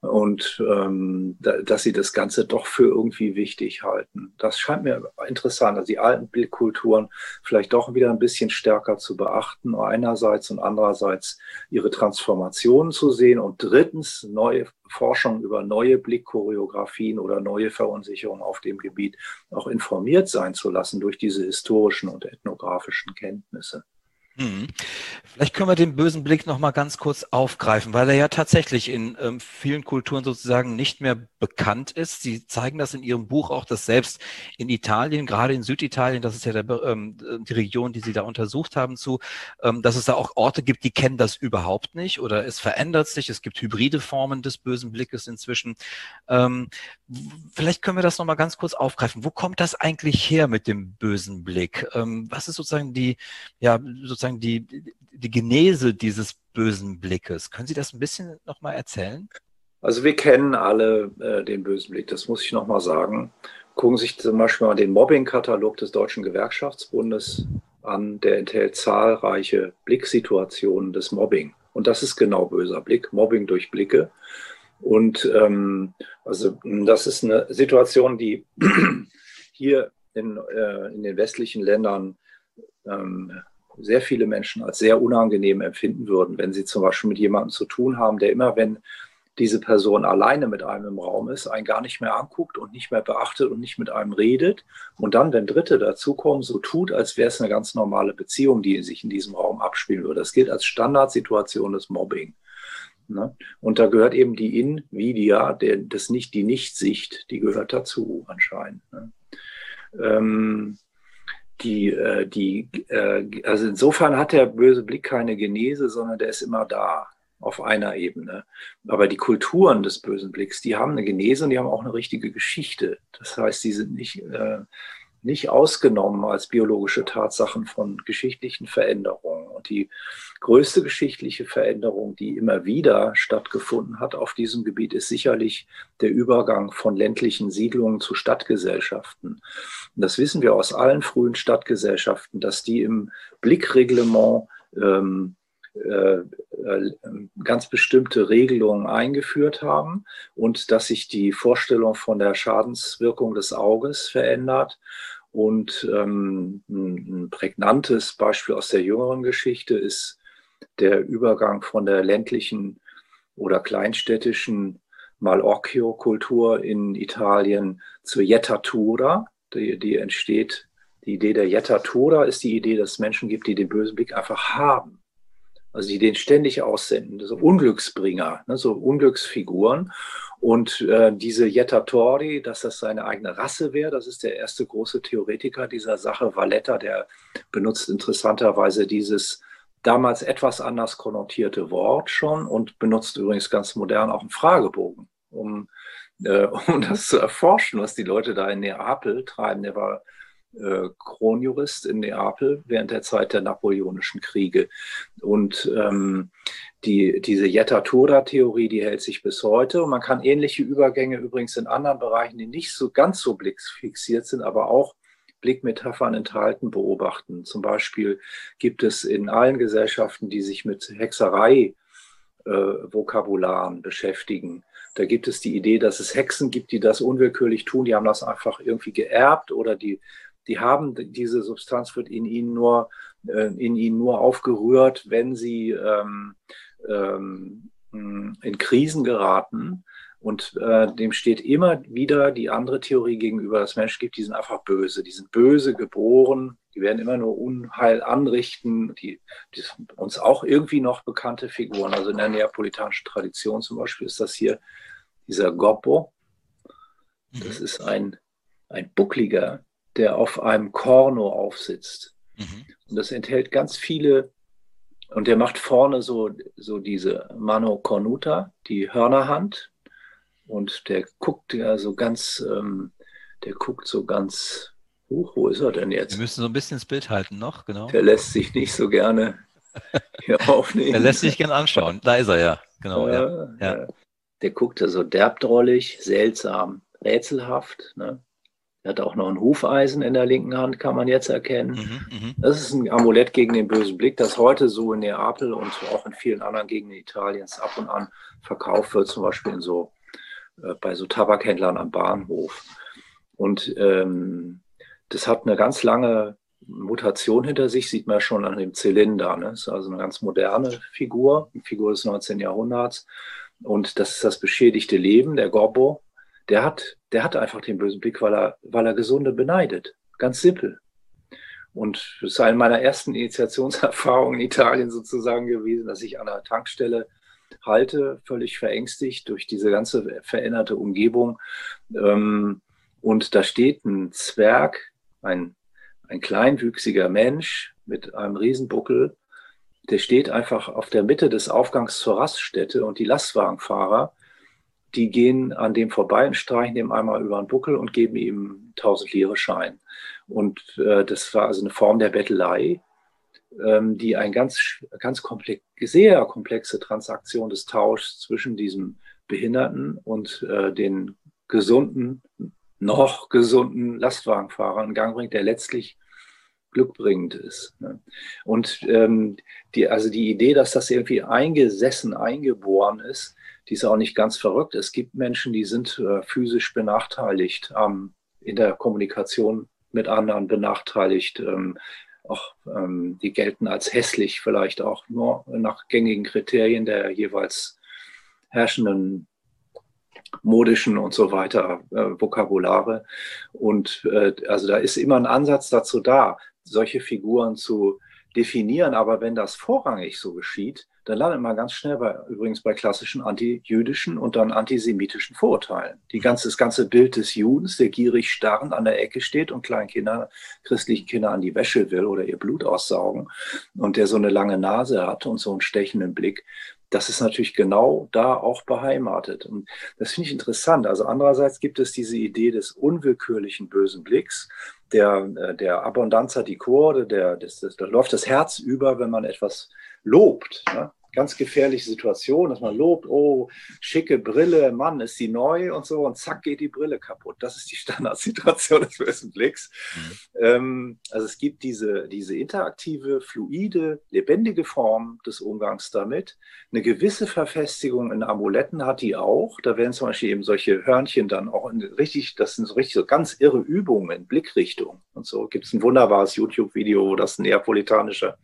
und ähm, da, dass sie das Ganze doch für irgendwie wichtig halten. Das scheint mir interessant, also die alten Blickkulturen vielleicht doch wieder ein bisschen stärker zu beachten, einerseits und andererseits ihre Transformationen zu sehen und drittens neue Forschung über neue Blickchoreografien oder neue Verunsicherungen auf dem Gebiet auch informiert sein zu lassen durch diese historischen und ethnografischen Kenntnisse. Hm. Vielleicht können wir den bösen Blick noch mal ganz kurz aufgreifen, weil er ja tatsächlich in ähm, vielen Kulturen sozusagen nicht mehr bekannt ist. Sie zeigen das in Ihrem Buch auch, dass selbst in Italien, gerade in Süditalien, das ist ja der, ähm, die Region, die Sie da untersucht haben, zu, ähm, dass es da auch Orte gibt, die kennen das überhaupt nicht oder es verändert sich. Es gibt hybride Formen des bösen Blickes inzwischen. Ähm, vielleicht können wir das noch mal ganz kurz aufgreifen. Wo kommt das eigentlich her mit dem bösen Blick? Ähm, was ist sozusagen die, ja, sozusagen Die, die Genese dieses bösen Blickes. Können Sie das ein bisschen nochmal erzählen? Also wir kennen alle äh, den bösen Blick, das muss ich nochmal sagen. Gucken Sie sich zum Beispiel mal den Mobbing-Katalog des Deutschen Gewerkschaftsbundes an. Der enthält zahlreiche Blicksituationen des Mobbing. Und das ist genau böser Blick, Mobbing durch Blicke. Und ähm, also das ist eine Situation, die hier in, äh, in den westlichen Ländern ähm, sehr viele Menschen als sehr unangenehm empfinden würden, wenn sie zum Beispiel mit jemandem zu tun haben, der immer, wenn diese Person alleine mit einem im Raum ist, einen gar nicht mehr anguckt und nicht mehr beachtet und nicht mit einem redet und dann, wenn Dritte dazukommen, so tut, als wäre es eine ganz normale Beziehung, die sich in diesem Raum abspielen würde. Das gilt als Standardsituation des Mobbing. Ne? Und da gehört eben die Invidia, der, das nicht, die Nichtsicht, die gehört dazu anscheinend. Ne? Ähm, Die, die, also insofern hat der böse Blick keine Genese, sondern der ist immer da, auf einer Ebene. Aber die Kulturen des bösen Blicks, die haben eine Genese und die haben auch eine richtige Geschichte. Das heißt, die sind nicht, nicht ausgenommen als biologische Tatsachen von geschichtlichen Veränderungen. Und die größte geschichtliche Veränderung, die immer wieder stattgefunden hat auf diesem Gebiet, ist sicherlich der Übergang von ländlichen Siedlungen zu Stadtgesellschaften. Und das wissen wir aus allen frühen Stadtgesellschaften, dass die im Blickreglement ähm, äh, äh, ganz bestimmte Regelungen eingeführt haben und dass sich die Vorstellung von der Schadenswirkung des Auges verändert. Und ähm, ein prägnantes Beispiel aus der jüngeren Geschichte ist der Übergang von der ländlichen oder kleinstädtischen Malocchio-Kultur in Italien zur Jettatura. Die, die entsteht, die Idee der Jettatura ist die Idee, dass es Menschen gibt, die den bösen Blick einfach haben. Also die den ständig aussenden, so Unglücksbringer, ne, so Unglücksfiguren. Und äh, diese Jettatori, dass das seine eigene Rasse wäre, das ist der erste große Theoretiker dieser Sache, Valletta, der benutzt interessanterweise dieses damals etwas anders konnotierte Wort schon und benutzt übrigens ganz modern auch einen Fragebogen, um, äh, um das zu erforschen, was die Leute da in Neapel treiben. Der war äh, Kronjurist in Neapel während der Zeit der Napoleonischen Kriege. Und ähm, die, diese Jettatura-Theorie, die hält sich bis heute. Und man kann ähnliche Übergänge übrigens in anderen Bereichen, die nicht so ganz so blickfixiert sind, aber auch Blickmetaphern enthalten, beobachten. Zum Beispiel gibt es in allen Gesellschaften, die sich mit Hexerei-Vokabularen äh, beschäftigen, da gibt es die Idee, dass es Hexen gibt, die das unwillkürlich tun. Die haben das einfach irgendwie geerbt oder die, die haben diese Substanz wird in ihnen nur, äh, in ihnen nur aufgerührt, wenn sie ähm, ähm, in Krisen geraten. Und äh, dem steht immer wieder die andere Theorie gegenüber, dass es Menschen gibt, die sind einfach böse. Die sind böse geboren, die werden immer nur Unheil anrichten. Die, die sind uns auch irgendwie noch bekannte Figuren. Also in der neapolitanischen Tradition zum Beispiel ist das hier dieser Gobbo. Das ist ein, ein Buckliger, der auf einem Korno aufsitzt. Mhm. Und das enthält ganz viele, und der macht vorne so, so diese Mano cornuta, die Hörnerhand. Und der guckt ja so ganz, ähm, der guckt so ganz, uh, wo ist er denn jetzt? Wir müssen so ein bisschen das Bild halten noch, genau. Der lässt sich nicht so gerne hier aufnehmen. Der lässt sich gerne anschauen. Da ist er ja, genau. Äh, ja. Ja. Der guckt da so derbdrollig, seltsam, rätselhaft. Ne? Er hat auch noch ein Hufeisen in der linken Hand, kann man jetzt erkennen. Mhm, das ist ein Amulett gegen den bösen Blick, das heute so in Neapel und auch in vielen anderen Gegenden Italiens ab und an verkauft wird, zum Beispiel in so äh, bei so Tabakhändlern am Bahnhof. Und ähm, das hat eine ganz lange Mutation hinter sich, sieht man schon an dem Zylinder. Ne? Das ist also eine ganz moderne Figur, eine Figur des neunzehnten Jahrhunderts. Und das ist das beschädigte Leben, der Gobbo. Der hat, der hat einfach den bösen Blick, weil er, weil er Gesunde beneidet. Ganz simpel. Und das ist eine meiner ersten Initiationserfahrungen in Italien sozusagen gewesen, dass ich an einer Tankstelle halte, völlig verängstigt durch diese ganze veränderte Umgebung. Und da steht ein Zwerg, ein, ein kleinwüchsiger Mensch mit einem Riesenbuckel, der steht einfach auf der Mitte des Aufgangs zur Raststätte und die Lastwagenfahrer, die gehen an dem vorbei und streichen dem einmal über den Buckel und geben ihm tausend Lire Schein. Und äh, das war also eine Form der Bettelei, ähm, die eine ganz, ganz komplex, sehr komplexe Transaktion des Tauschs zwischen diesem Behinderten und äh, den gesunden, noch gesunden Lastwagenfahrer in Gang bringt, der letztlich glückbringend ist. Ne? Und ähm, die, also die Idee, dass das irgendwie eingesessen, eingeboren ist, die ist auch nicht ganz verrückt. Es gibt Menschen, die sind äh, physisch benachteiligt, ähm, in der Kommunikation mit anderen benachteiligt. Ähm, auch, ähm, die gelten als hässlich, vielleicht auch nur nach gängigen Kriterien der jeweils herrschenden modischen und so weiter äh, Vokabulare. Und äh, also da ist immer ein Ansatz dazu da, solche Figuren zu definieren. Aber wenn das vorrangig so geschieht, dann landet man ganz schnell bei, übrigens bei klassischen antijüdischen und dann antisemitischen Vorurteilen. Die ganze, das ganze Bild des Judens, der gierig starrend an der Ecke steht und kleinen Kindern, christlichen Kindern an die Wäsche will oder ihr Blut aussaugen und der so eine lange Nase hat und so einen stechenden Blick, das ist natürlich genau da auch beheimatet. Und das finde ich interessant. Also andererseits gibt es diese Idee des unwillkürlichen bösen Blicks, der, der Abbondanza di Cuore, der, das, das, da läuft das Herz über, wenn man etwas lobt. Ne? Ganz gefährliche Situation, dass man lobt, oh, schicke Brille, Mann, ist die neu und so, und zack, geht die Brille kaputt. Das ist die Standardsituation des bösen Blicks. Mhm. Ähm, also es gibt diese, diese interaktive, fluide, lebendige Form des Umgangs damit. Eine gewisse Verfestigung in Amuletten hat die auch. Da werden zum Beispiel eben solche Hörnchen dann auch in richtig, das sind so richtig so ganz irre Übungen in Blickrichtung. Und so gibt es ein wunderbares YouTube-Video, wo das ein neapolitanischer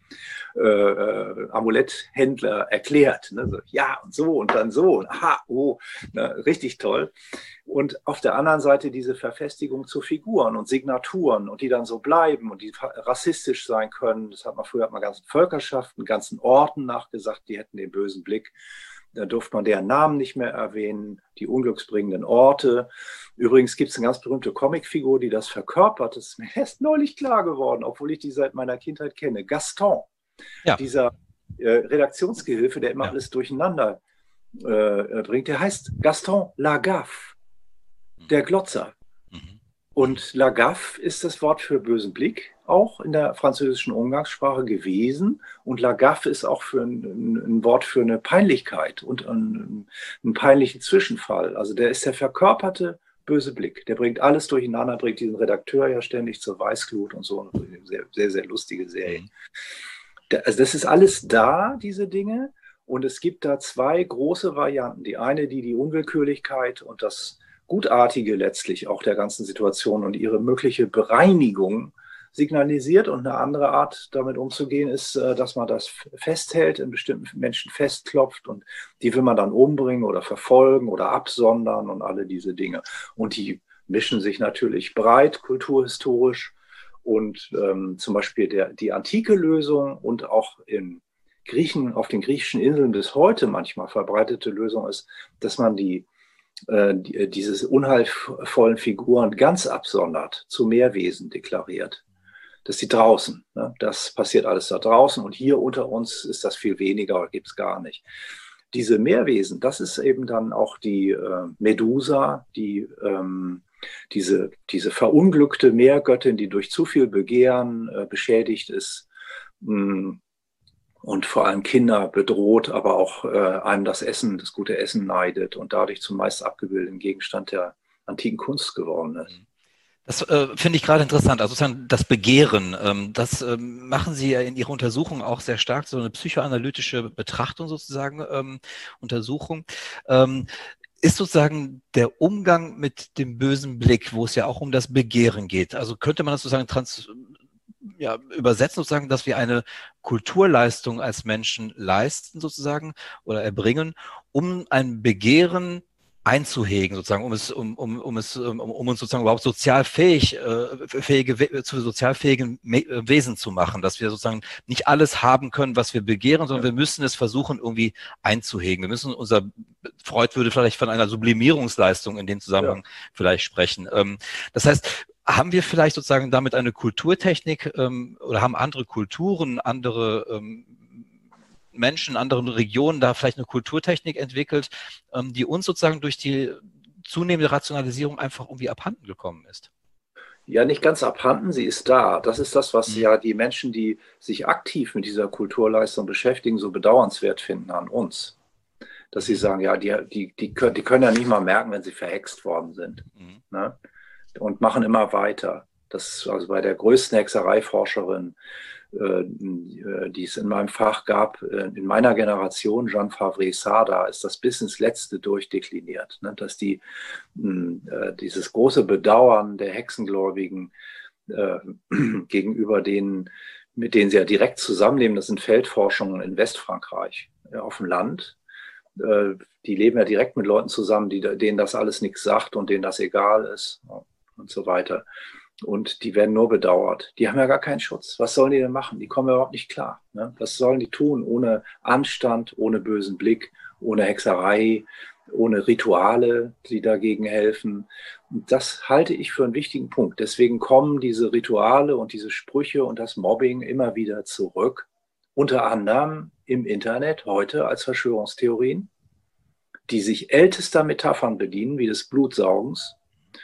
äh, Amuletthändler erklärt. Ne? So, ja, und so und dann so. Und aha, oh, ne? Richtig toll. Und auf der anderen Seite diese Verfestigung zu Figuren und Signaturen und die dann so bleiben und die rassistisch sein können. Das hat man früher hat man ganzen Völkerschaften, ganzen Orten nachgesagt, die hätten den bösen Blick. Da durfte man deren Namen nicht mehr erwähnen, die unglücksbringenden Orte. Übrigens gibt es eine ganz berühmte Comicfigur, die das verkörpert. Das ist mir erst neulich klar geworden, obwohl ich die seit meiner Kindheit kenne. Gaston, ja. Dieser äh, Redaktionsgehilfe, der immer ja. alles durcheinander äh, bringt, der heißt Gaston Lagaffe, der Glotzer. Mhm. Und Lagaffe ist das Wort für bösen Blick, auch in der französischen Umgangssprache gewesen. Und Lagaffe ist auch für ein, ein Wort für eine Peinlichkeit und einen, einen peinlichen Zwischenfall. Also der ist der verkörperte böse Blick. Der bringt alles durcheinander, bringt diesen Redakteur ja ständig zur Weißglut und so. Sehr, sehr, sehr lustige Serie. Mhm. Also das ist alles da, diese Dinge. Und es gibt da zwei große Varianten. Die eine, die die Unwillkürlichkeit und das Gutartige letztlich auch der ganzen Situation und ihre mögliche Bereinigung signalisiert. Und eine andere Art, damit umzugehen, ist, dass man das festhält, in bestimmten Menschen festklopft und die will man dann umbringen oder verfolgen oder absondern und alle diese Dinge. Und die mischen sich natürlich breit, kulturhistorisch. Und ähm, zum Beispiel der, die antike Lösung und auch in Griechen, auf den griechischen Inseln bis heute manchmal verbreitete Lösung ist, dass man die, äh, die diese unheilvollen Figuren ganz absondert, zu Meerwesen deklariert. Das ist die draußen. Ne? Das passiert alles da draußen und hier unter uns ist das viel weniger oder gibt es gar nicht. Diese Meerwesen, das ist eben dann auch die äh, Medusa, die ähm, Diese, diese verunglückte Meergöttin, die durch zu viel Begehren äh, beschädigt ist mh, und vor allem Kinder bedroht, aber auch äh, einem das Essen, das gute Essen neidet und dadurch zum meist abgebildeten Gegenstand der antiken Kunst geworden ist. Das äh, finde ich gerade interessant, also sozusagen das Begehren, ähm, das ähm, machen Sie ja in Ihrer Untersuchung auch sehr stark, so eine psychoanalytische Betrachtung sozusagen, ähm, Untersuchung. Ähm, ist sozusagen der Umgang mit dem bösen Blick, wo es ja auch um das Begehren geht. Also könnte man das sozusagen trans ja, übersetzen, sozusagen, dass wir eine Kulturleistung als Menschen leisten sozusagen oder erbringen, um ein Begehren einzuhegen, sozusagen, um es, um, um, um es, um, um uns sozusagen überhaupt sozial fähig, äh, fähige, zu sozialfähigen Wesen zu machen, dass wir sozusagen nicht alles haben können, was wir begehren, sondern ja. wir müssen es versuchen, irgendwie einzuhegen. Wir müssen unser, Freud würde vielleicht von einer Sublimierungsleistung in dem Zusammenhang ja. vielleicht sprechen. Ähm, das heißt, haben wir vielleicht sozusagen damit eine Kulturtechnik ähm, oder haben andere Kulturen, andere ähm, Menschen in anderen Regionen da vielleicht eine Kulturtechnik entwickelt, ähm, die uns sozusagen durch die zunehmende Rationalisierung einfach irgendwie abhanden gekommen ist? Ja, nicht ganz abhanden, sie ist da. Das ist das, was mhm. ja die Menschen, die sich aktiv mit dieser Kulturleistung beschäftigen, so bedauernswert finden an uns. Dass sie sagen, ja, die, die, die, können, die können ja nicht mal merken, wenn sie verhext worden sind. Mhm. Ne? Und machen immer weiter. Das also bei der größten Hexereiforscherin, äh, die es in meinem Fach gab, äh, in meiner Generation, Jeanne Favre-Sada, ist das bis ins Letzte durchdekliniert, ne? Dass die äh, dieses große Bedauern der Hexengläubigen äh, gegenüber denen, mit denen sie ja direkt zusammenleben, das sind Feldforschungen in Westfrankreich, äh, auf dem Land. Äh, die leben ja direkt mit Leuten zusammen, die, denen das alles nichts sagt und denen das egal ist. Ja. Und so weiter. Und die werden nur bedauert. Die haben ja gar keinen Schutz. Was sollen die denn machen? Die kommen ja überhaupt nicht klar. Ne? Was sollen die tun ohne Anstand, ohne bösen Blick, ohne Hexerei, ohne Rituale, die dagegen helfen? Und das halte ich für einen wichtigen Punkt. Deswegen kommen diese Rituale und diese Sprüche und das Mobbing immer wieder zurück. Unter anderem im Internet heute als Verschwörungstheorien, die sich ältester Metaphern bedienen, wie des Blutsaugens.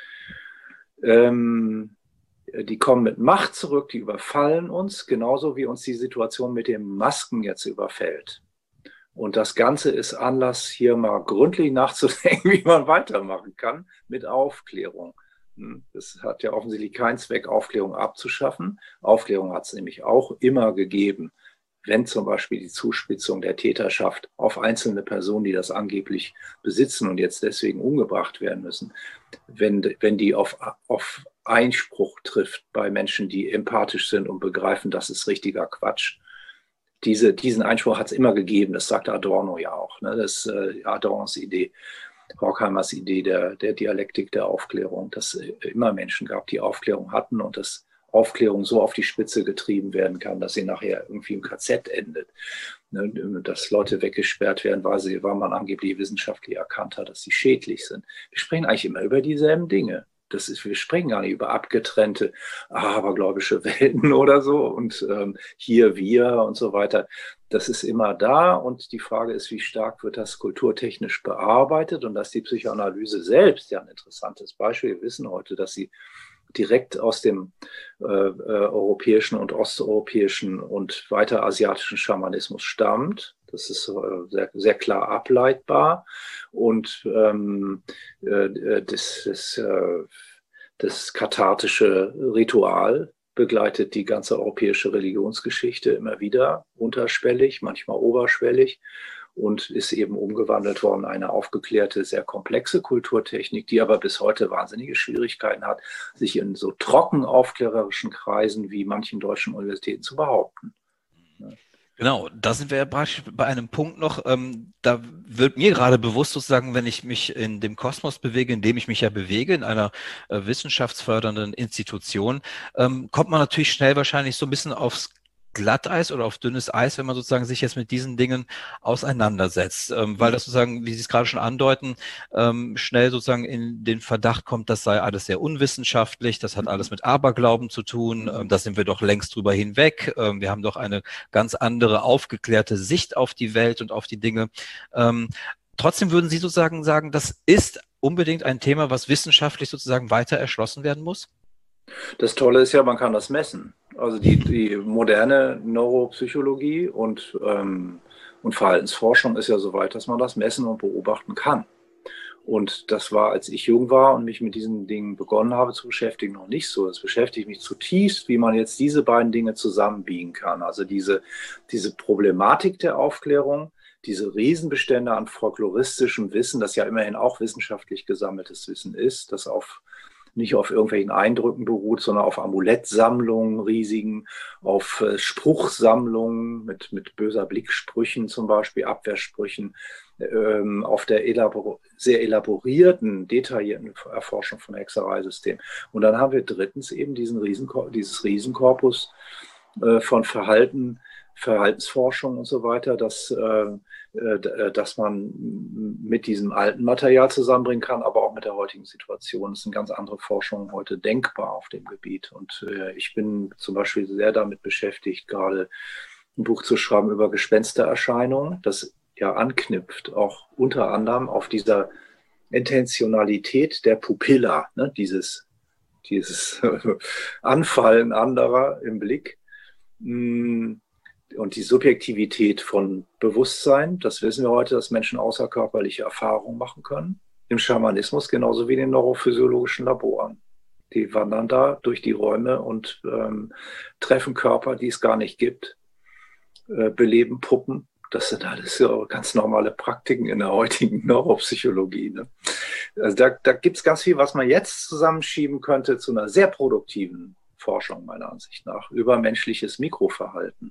Ähm, die kommen mit Macht zurück, die überfallen uns, genauso wie uns die Situation mit den Masken jetzt überfällt. Und das Ganze ist Anlass, hier mal gründlich nachzudenken, wie man weitermachen kann mit Aufklärung. Das hat ja offensichtlich keinen Zweck, Aufklärung abzuschaffen. Aufklärung hat es nämlich auch immer gegeben, wenn zum Beispiel die Zuspitzung der Täterschaft auf einzelne Personen, die das angeblich besitzen und jetzt deswegen umgebracht werden müssen, wenn, wenn die auf, auf Einspruch trifft bei Menschen, die empathisch sind und begreifen, das ist richtiger Quatsch. Diese, diesen Einspruch hat es immer gegeben, das sagte Adorno ja auch. Ne? Das ist äh, Adornos Idee, Horkheimers Idee der, der Dialektik der Aufklärung, dass es immer Menschen gab, die Aufklärung hatten und das Aufklärung so auf die Spitze getrieben werden kann, dass sie nachher irgendwie im K Z endet. Ne, dass Leute weggesperrt werden, weil, sie, weil man angeblich wissenschaftlich erkannt hat, dass sie schädlich sind. Wir sprechen eigentlich immer über dieselben Dinge. Das ist, wir sprechen gar nicht über abgetrennte, abergläubische Welten oder so und ähm, hier wir und so weiter. Das ist immer da und die Frage ist, wie stark wird das kulturtechnisch bearbeitet und dass die Psychoanalyse selbst, ja ein interessantes Beispiel, wir wissen heute, dass sie direkt aus dem äh, äh, europäischen und osteuropäischen und weiter asiatischen Schamanismus stammt. Das ist äh, sehr, sehr klar ableitbar. Und ähm, äh, das, das, äh, das kathartische Ritual begleitet die ganze europäische Religionsgeschichte immer wieder, unterschwellig, manchmal oberschwellig. Und ist eben umgewandelt worden in eine aufgeklärte, sehr komplexe Kulturtechnik, die aber bis heute wahnsinnige Schwierigkeiten hat, sich in so trocken aufklärerischen Kreisen wie manchen deutschen Universitäten zu behaupten. Genau, da sind wir bei einem Punkt noch, ähm, da wird mir gerade bewusst sozusagen, wenn ich mich in dem Kosmos bewege, in dem ich mich ja bewege, in einer äh, wissenschaftsfördernden Institution, ähm, kommt man natürlich schnell wahrscheinlich so ein bisschen aufs Glatteis oder auf dünnes Eis, wenn man sozusagen sich jetzt mit diesen Dingen auseinandersetzt, ähm, weil das sozusagen, wie Sie es gerade schon andeuten, ähm, schnell sozusagen in den Verdacht kommt, das sei alles sehr unwissenschaftlich, das hat alles mit Aberglauben zu tun, ähm, da sind wir doch längst drüber hinweg, ähm, wir haben doch eine ganz andere aufgeklärte Sicht auf die Welt und auf die Dinge. Ähm, trotzdem würden Sie sozusagen sagen, das ist unbedingt ein Thema, was wissenschaftlich sozusagen weiter erschlossen werden muss? Das Tolle ist ja, man kann das messen. Also die, die moderne Neuropsychologie und, ähm, und Verhaltensforschung ist ja so weit, dass man das messen und beobachten kann. Und das war, als ich jung war und mich mit diesen Dingen begonnen habe zu beschäftigen, noch nicht so. Es beschäftigt mich zutiefst, wie man jetzt diese beiden Dinge zusammenbiegen kann. Also diese, diese Problematik der Aufklärung diese Riesenbestände an folkloristischem Wissen, das ja immerhin auch wissenschaftlich gesammeltes Wissen ist, das auf nicht auf irgendwelchen Eindrücken beruht, sondern auf Amulettsammlungen, riesigen, auf äh, Spruchsammlungen mit, mit böser Blicksprüchen zum Beispiel, Abwehrsprüchen, ähm, auf der elabor sehr elaborierten, detaillierten Erforschung von Hexereisystemen. Und dann haben wir drittens eben diesen Riesenkor dieses Riesenkorpus äh, von Verhalten, Verhaltensforschung und so weiter, dass, äh, äh, dass man mit diesem alten Material zusammenbringen kann, aber auch mit der heutigen Situation. Es sind ganz andere Forschungen heute denkbar auf dem Gebiet. Und äh, ich bin zum Beispiel sehr damit beschäftigt, gerade ein Buch zu schreiben über Gespenstererscheinungen, das ja anknüpft, auch unter anderem auf dieser Intentionalität der Pupilla, ne, dieses, dieses Anfallen anderer im Blick. Und die Subjektivität von Bewusstsein, das wissen wir heute, dass Menschen außerkörperliche Erfahrungen machen können. Im Schamanismus genauso wie in den neurophysiologischen Laboren. Die wandern da durch die Räume und ähm, treffen Körper, die es gar nicht gibt, äh, beleben Puppen. Das sind alles ja ganz normale Praktiken in der heutigen Neuropsychologie. Ne? Also da, da gibt es ganz viel, was man jetzt zusammenschieben könnte zu einer sehr produktiven Forschung, meiner Ansicht nach, über menschliches Mikroverhalten.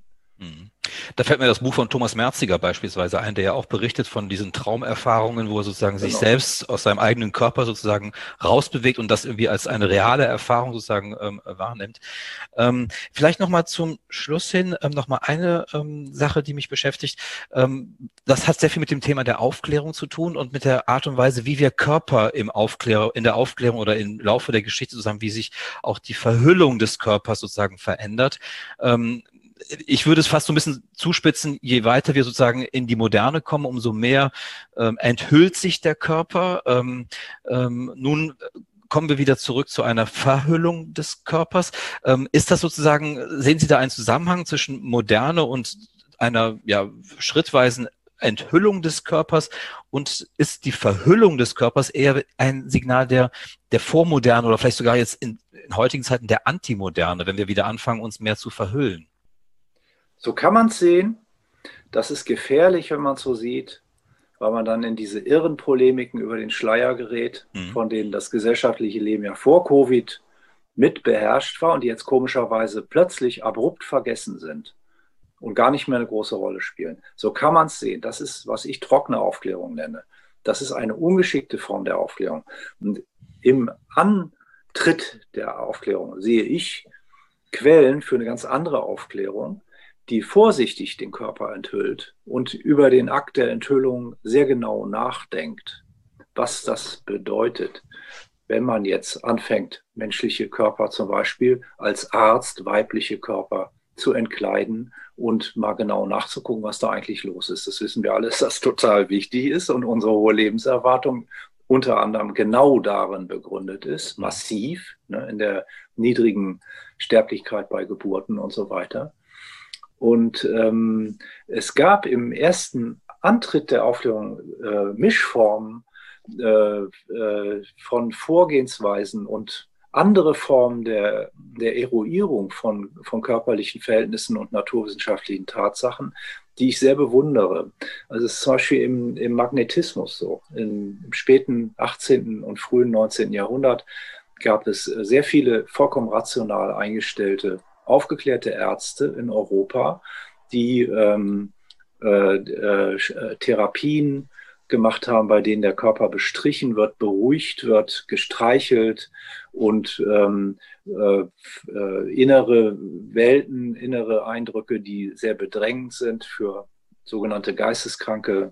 Da fällt mir das Buch von Thomas Merziger beispielsweise ein, der ja auch berichtet von diesen Traumerfahrungen, wo er sozusagen genau. sich selbst aus seinem eigenen Körper sozusagen rausbewegt und das irgendwie als eine reale Erfahrung sozusagen ähm, wahrnimmt. Ähm, vielleicht nochmal zum Schluss hin ähm, nochmal eine ähm, Sache, die mich beschäftigt. Ähm, das hat sehr viel mit dem Thema der Aufklärung zu tun und mit der Art und Weise, wie wir Körper im Aufklär in der Aufklärung oder im Laufe der Geschichte sozusagen, wie sich auch die Verhüllung des Körpers sozusagen verändert. Ähm, Ich würde es fast so ein bisschen zuspitzen, je weiter wir sozusagen in die Moderne kommen, umso mehr ähm, enthüllt sich der Körper. Ähm, ähm, nun kommen wir wieder zurück zu einer Verhüllung des Körpers. Ähm, ist das sozusagen, sehen Sie da einen Zusammenhang zwischen Moderne und einer ja, schrittweisen Enthüllung des Körpers, und ist die Verhüllung des Körpers eher ein Signal der, der Vormoderne oder vielleicht sogar jetzt in, in heutigen Zeiten der Antimoderne, wenn wir wieder anfangen, uns mehr zu verhüllen? So kann man es sehen. Das ist gefährlich, wenn man es so sieht, weil man dann in diese irren Polemiken über den Schleier gerät, mhm. von denen das gesellschaftliche Leben ja vor Covid mit beherrscht war und die jetzt komischerweise plötzlich abrupt vergessen sind und gar nicht mehr eine große Rolle spielen. So kann man es sehen. Das ist, was ich trockene Aufklärung nenne. Das ist eine ungeschickte Form der Aufklärung. Und im Antritt der Aufklärung sehe ich Quellen für eine ganz andere Aufklärung, die vorsichtig den Körper enthüllt und über den Akt der Enthüllung sehr genau nachdenkt, was das bedeutet, wenn man jetzt anfängt, menschliche Körper zum Beispiel als Arzt, weibliche Körper zu entkleiden und mal genau nachzugucken, was da eigentlich los ist. Das wissen wir alles, dass total wichtig ist und unsere hohe Lebenserwartung unter anderem genau darin begründet ist, massiv, ne, in der niedrigen Sterblichkeit bei Geburten und so weiter. Und ähm, es gab im ersten Antritt der Aufklärung äh, Mischformen äh, äh, von Vorgehensweisen und andere Formen der, der Eruierung von, von körperlichen Verhältnissen und naturwissenschaftlichen Tatsachen, die ich sehr bewundere. Also es ist zum Beispiel im, im Magnetismus so. Im, im späten achtzehnten und frühen neunzehnten Jahrhundert gab es sehr viele vollkommen rational eingestellte aufgeklärte Ärzte in Europa, die ähm, äh, äh, Therapien gemacht haben, bei denen der Körper bestrichen wird, beruhigt wird, gestreichelt und ähm, äh, äh, innere Welten, innere Eindrücke, die sehr bedrängend sind für sogenannte Geisteskranke,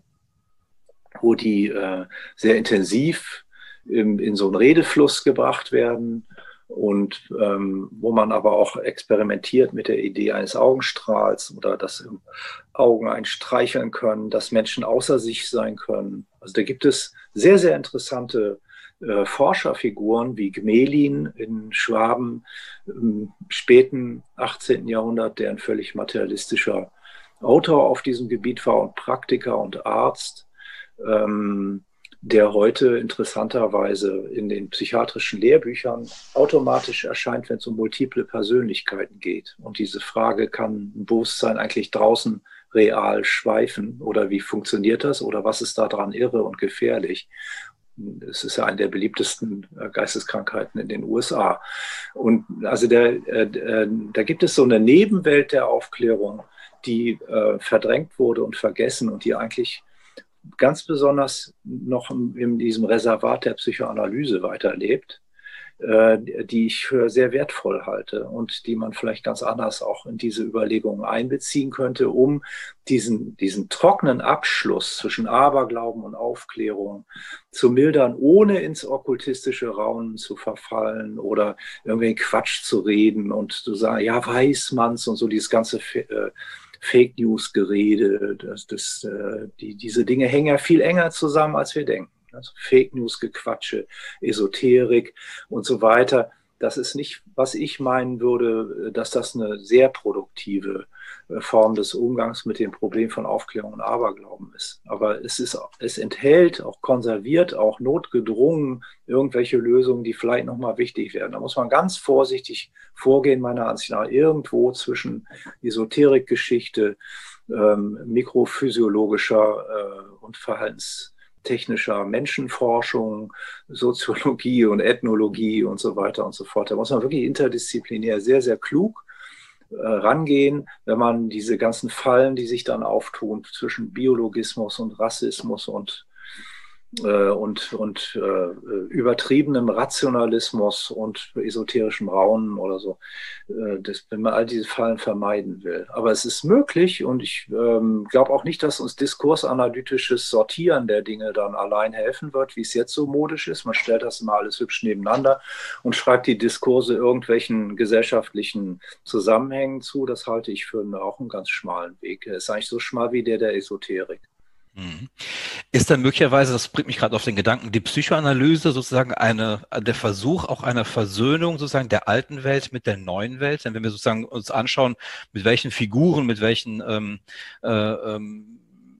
wo die äh, sehr intensiv in, in so einen Redefluss gebracht werden. Und ähm, wo man aber auch experimentiert mit der Idee eines Augenstrahls oder dass im Augen ein streicheln können, dass Menschen außer sich sein können. Also da gibt es sehr, sehr interessante äh, Forscherfiguren wie Gmelin in Schwaben im späten achtzehnten Jahrhundert, der ein völlig materialistischer Autor auf diesem Gebiet war und Praktiker und Arzt. Ähm, der heute interessanterweise in den psychiatrischen Lehrbüchern automatisch erscheint, wenn es um multiple Persönlichkeiten geht. Und diese Frage, kann ein Bewusstsein eigentlich draußen real schweifen oder wie funktioniert das oder was ist daran irre und gefährlich. Es ist ja eine der beliebtesten Geisteskrankheiten in den U S A. Und also der, äh, da gibt es so eine Nebenwelt der Aufklärung, die äh, verdrängt wurde und vergessen und die eigentlich ganz besonders noch in diesem Reservat der Psychoanalyse weiterlebt, die ich für sehr wertvoll halte und die man vielleicht ganz anders auch in diese Überlegungen einbeziehen könnte, um diesen, diesen trockenen Abschluss zwischen Aberglauben und Aufklärung zu mildern, ohne ins okkultistische Raunen zu verfallen oder irgendwelchen Quatsch zu reden und zu sagen, ja, weiß man's und so dieses ganze äh, Fake News Gerede, das, das, äh, die, diese Dinge hängen ja viel enger zusammen, als wir denken. Also Fake News Gequatsche, Esoterik und so weiter. Das ist nicht, was ich meinen würde, dass das eine sehr produktive Form des Umgangs mit dem Problem von Aufklärung und Aberglauben ist. Aber es ist, es enthält, auch konserviert, auch notgedrungen irgendwelche Lösungen, die vielleicht nochmal wichtig werden. Da muss man ganz vorsichtig vorgehen, meiner Ansicht nach, irgendwo zwischen Esoterikgeschichte, ähm, mikrophysiologischer äh, und Verhaltens technischer Menschenforschung, Soziologie und Ethnologie und so weiter und so fort. Da muss man wirklich interdisziplinär sehr, sehr klug äh, rangehen, wenn man diese ganzen Fallen, die sich dann auftun zwischen Biologismus und Rassismus und äh, und, und äh, übertriebenem Rationalismus und esoterischem Raunen oder so, äh, das, wenn man all diese Fallen vermeiden will. Aber es ist möglich und ich ähm, glaube auch nicht, dass uns diskursanalytisches Sortieren der Dinge dann allein helfen wird, wie es jetzt so modisch ist. Man stellt das mal alles hübsch nebeneinander und schreibt die Diskurse irgendwelchen gesellschaftlichen Zusammenhängen zu. Das halte ich für einen, auch einen ganz schmalen Weg. Er ist eigentlich so schmal wie der der Esoterik. Ist dann möglicherweise, das bringt mich gerade auf den Gedanken, die Psychoanalyse sozusagen eine, der Versuch auch einer Versöhnung sozusagen der alten Welt mit der neuen Welt? Denn wenn wir sozusagen uns anschauen, mit welchen Figuren, mit welchen ähm, äh, ähm,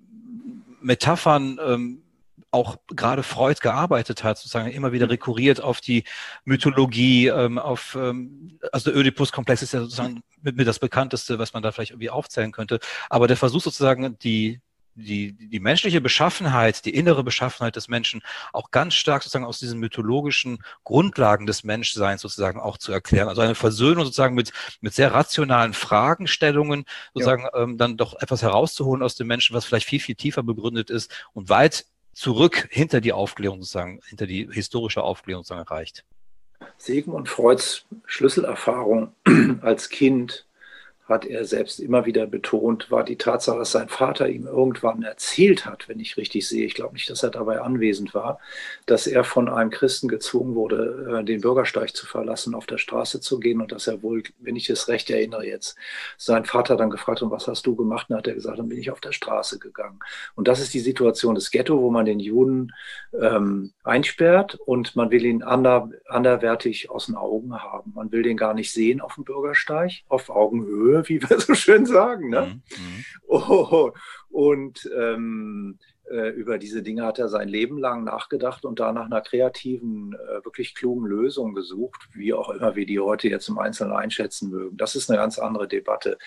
Metaphern ähm, auch gerade Freud gearbeitet hat, sozusagen immer wieder rekurriert auf die Mythologie, ähm, auf, ähm, also der Ödipus-Komplex ist ja sozusagen mit, mit das bekannteste, was man da vielleicht irgendwie aufzählen könnte. Aber der Versuch sozusagen, die Die, die menschliche Beschaffenheit, die innere Beschaffenheit des Menschen auch ganz stark sozusagen aus diesen mythologischen Grundlagen des Menschseins sozusagen auch zu erklären. Also eine Versöhnung sozusagen mit, mit sehr rationalen Fragestellungen sozusagen ja. ähm, dann doch etwas herauszuholen aus dem Menschen, was vielleicht viel, viel tiefer begründet ist und weit zurück hinter die Aufklärung sozusagen, hinter die historische Aufklärung sozusagen reicht. Sigmund Freuds Schlüsselerfahrung als Kind, hat er selbst immer wieder betont, war die Tatsache, dass sein Vater ihm irgendwann erzählt hat, wenn ich richtig sehe, ich glaube nicht, dass er dabei anwesend war, dass er von einem Christen gezwungen wurde, den Bürgersteig zu verlassen, auf der Straße zu gehen und dass er wohl, wenn ich es recht erinnere jetzt, seinen Vater dann gefragt hat, was hast du gemacht? Und hat er gesagt, dann bin ich auf der Straße gegangen. Und das ist die Situation des Ghetto, wo man den Juden ähm, einsperrt und man will ihn ander, anderwertig aus den Augen haben. Man will den gar nicht sehen auf dem Bürgersteig, auf Augenhöhe, wie wir so schön sagen. Ne? Mhm. Oh, und ähm, äh, über diese Dinge hat er sein Leben lang nachgedacht und da nach einer kreativen, äh, wirklich klugen Lösung gesucht, wie auch immer wir die heute jetzt im Einzelnen einschätzen mögen. Das ist eine ganz andere Debatte.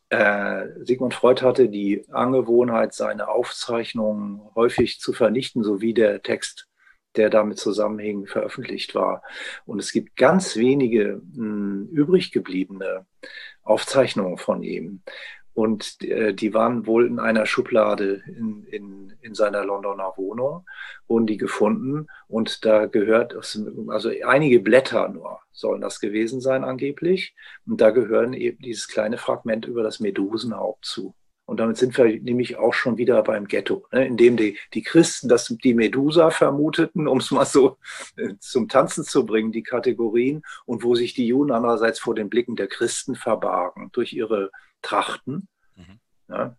Äh, Sigmund Freud hatte die Angewohnheit, seine Aufzeichnungen häufig zu vernichten, so wie der Text, der damit zusammenhängend veröffentlicht war. Und es gibt ganz wenige mh, übrig gebliebene Aufzeichnungen von ihm. Und äh, die waren wohl in einer Schublade in, in, in seiner Londoner Wohnung, wurden die gefunden. Und da gehört, also einige Blätter nur sollen das gewesen sein angeblich. Und da gehören eben dieses kleine Fragment über das Medusenhaupt zu. Und damit sind wir nämlich auch schon wieder beim Ghetto, ne, in dem die, die Christen das, die Medusa vermuteten, um es mal so äh, zum Tanzen zu bringen, die Kategorien, und wo sich die Juden andererseits vor den Blicken der Christen verbargen durch ihre Trachten, mhm. ja,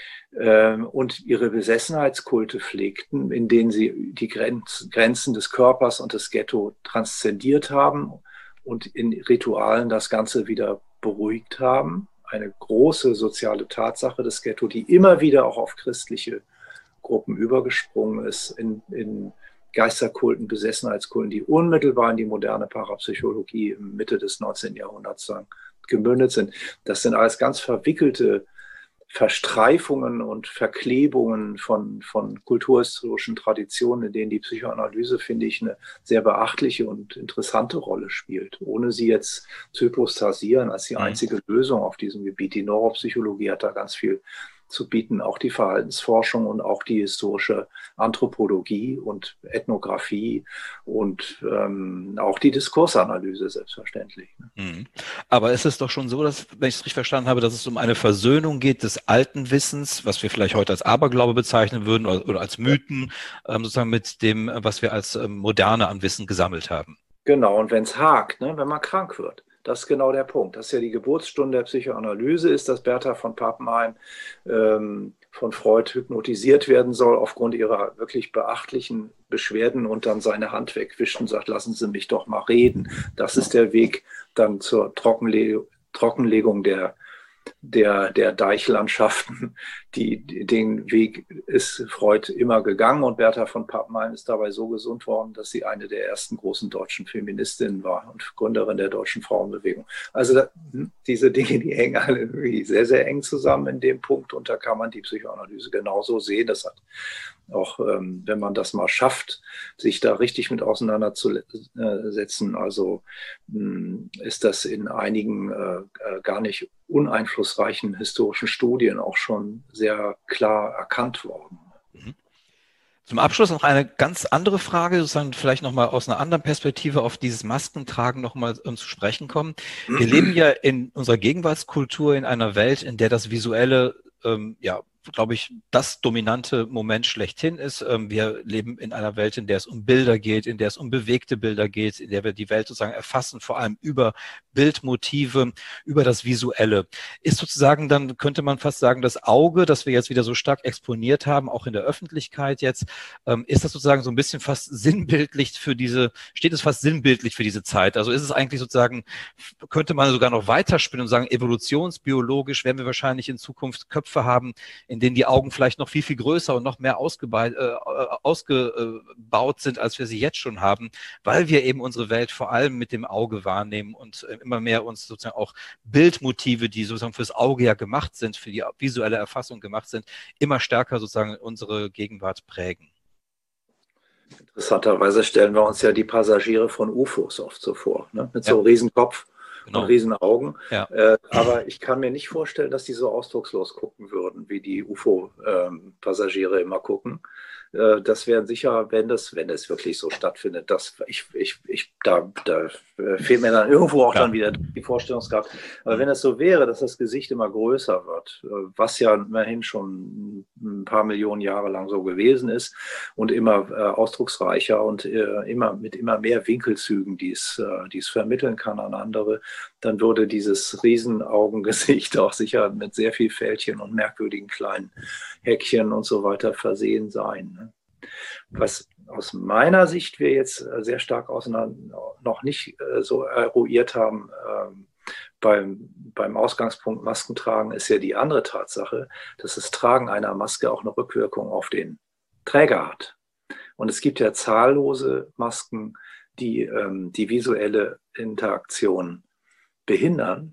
ähm, und ihre Besessenheitskulte pflegten, in denen sie die Grenz, Grenzen des Körpers und des Ghetto transzendiert haben und in Ritualen das Ganze wieder beruhigt haben. Eine große soziale Tatsache des Ghetto, die immer wieder auch auf christliche Gruppen übergesprungen ist, in, in Geisterkulten, Besessenheitskulten, die unmittelbar in die moderne Parapsychologie im Mitte des neunzehnten Jahrhunderts gemündet sind. Das sind alles ganz verwickelte Verstreifungen und Verklebungen von, von kulturhistorischen Traditionen, in denen die Psychoanalyse, finde ich, eine sehr beachtliche und interessante Rolle spielt, ohne sie jetzt zu hypostasieren als die einzige Lösung auf diesem Gebiet. Die Neuropsychologie hat da ganz viel zu bieten, auch die Verhaltensforschung und auch die historische Anthropologie und Ethnographie und ähm, auch die Diskursanalyse selbstverständlich. Mhm. Aber ist es doch schon so, dass, wenn ich es richtig verstanden habe, dass es um eine Versöhnung geht des alten Wissens, was wir vielleicht heute als Aberglaube bezeichnen würden oder, oder als Mythen, ähm, sozusagen mit dem, was wir als ähm, Moderne an Wissen gesammelt haben. Genau, und wenn es hakt, ne, wenn man krank wird. Das ist genau der Punkt. Das ist ja die Geburtsstunde der Psychoanalyse, ist, dass Bertha von Pappenheim ähm, von Freud hypnotisiert werden soll aufgrund ihrer wirklich beachtlichen Beschwerden und dann seine Hand wegwischt und sagt, lassen Sie mich doch mal reden. Das ist der Weg dann zur Trockenle Trockenlegung der Der, der Deichlandschaften, die, den Weg ist Freud immer gegangen und Bertha von Pappenheim ist dabei so gesund worden, dass sie eine der ersten großen deutschen Feministinnen war und Gründerin der deutschen Frauenbewegung. Also da, diese Dinge, die hängen alle wirklich sehr, sehr eng zusammen in dem Punkt und da kann man die Psychoanalyse genauso sehen. Das hat auch, ähm, wenn man das mal schafft, sich da richtig mit auseinanderzusetzen, also mh, ist das in einigen äh, gar nicht uneinflussreichen historischen Studien auch schon sehr klar erkannt worden. Zum Abschluss noch eine ganz andere Frage, sozusagen vielleicht nochmal aus einer anderen Perspektive auf dieses Maskentragen nochmal um, zu sprechen kommen. Wir leben ja in unserer Gegenwartskultur in einer Welt, in der das Visuelle, ähm, ja, glaube ich, das dominante Moment schlechthin ist. Ähm, wir leben in einer Welt, in der es um Bilder geht, in der es um bewegte Bilder geht, in der wir die Welt sozusagen erfassen, vor allem über Bildmotive, über das Visuelle. Ist sozusagen dann, könnte man fast sagen, das Auge, das wir jetzt wieder so stark exponiert haben, auch in der Öffentlichkeit jetzt, ähm, ist das sozusagen so ein bisschen fast sinnbildlich für diese, steht es fast sinnbildlich für diese Zeit? Also ist es eigentlich sozusagen, könnte man sogar noch weiterspinnen und sagen, evolutionsbiologisch werden wir wahrscheinlich in Zukunft Köpfe haben, in denen die Augen vielleicht noch viel, viel größer und noch mehr ausgebaut, äh, ausgebaut sind, als wir sie jetzt schon haben, weil wir eben unsere Welt vor allem mit dem Auge wahrnehmen und äh, immer mehr uns sozusagen auch Bildmotive, die sozusagen fürs Auge ja gemacht sind, für die visuelle Erfassung gemacht sind, immer stärker sozusagen unsere Gegenwart prägen. Interessanterweise stellen wir uns ja die Passagiere von U F Os oft so vor, ne? Mit so Ja. einem Riesenkopf. Genau. Und Riesenaugen. Ja. Äh, aber ich kann mir nicht vorstellen, dass die so ausdruckslos gucken würden, wie die U F O-Passagiere ähm, immer gucken. Äh, das wären sicher, wenn das, wenn das wirklich so stattfindet, das, ich, ich, ich, da, da fehlt mir dann irgendwo auch ja. dann wieder die Vorstellungskraft. Aber wenn es so wäre, dass das Gesicht immer größer wird, was ja immerhin schon ein paar Millionen Jahre lang so gewesen ist und immer äh, ausdrucksreicher und äh, immer mit immer mehr Winkelzügen, die es, äh, die es vermitteln kann an andere, dann würde dieses Riesenaugengesicht auch sicher mit sehr viel Fältchen und merkwürdigen kleinen Häkchen und so weiter versehen sein. Was aus meiner Sicht wir jetzt sehr stark auseinander noch nicht so eruiert haben ähm, beim, beim Ausgangspunkt Maskentragen, ist ja die andere Tatsache, dass das Tragen einer Maske auch eine Rückwirkung auf den Träger hat. Und es gibt ja zahllose Masken, die ähm, die visuelle Interaktion behindern.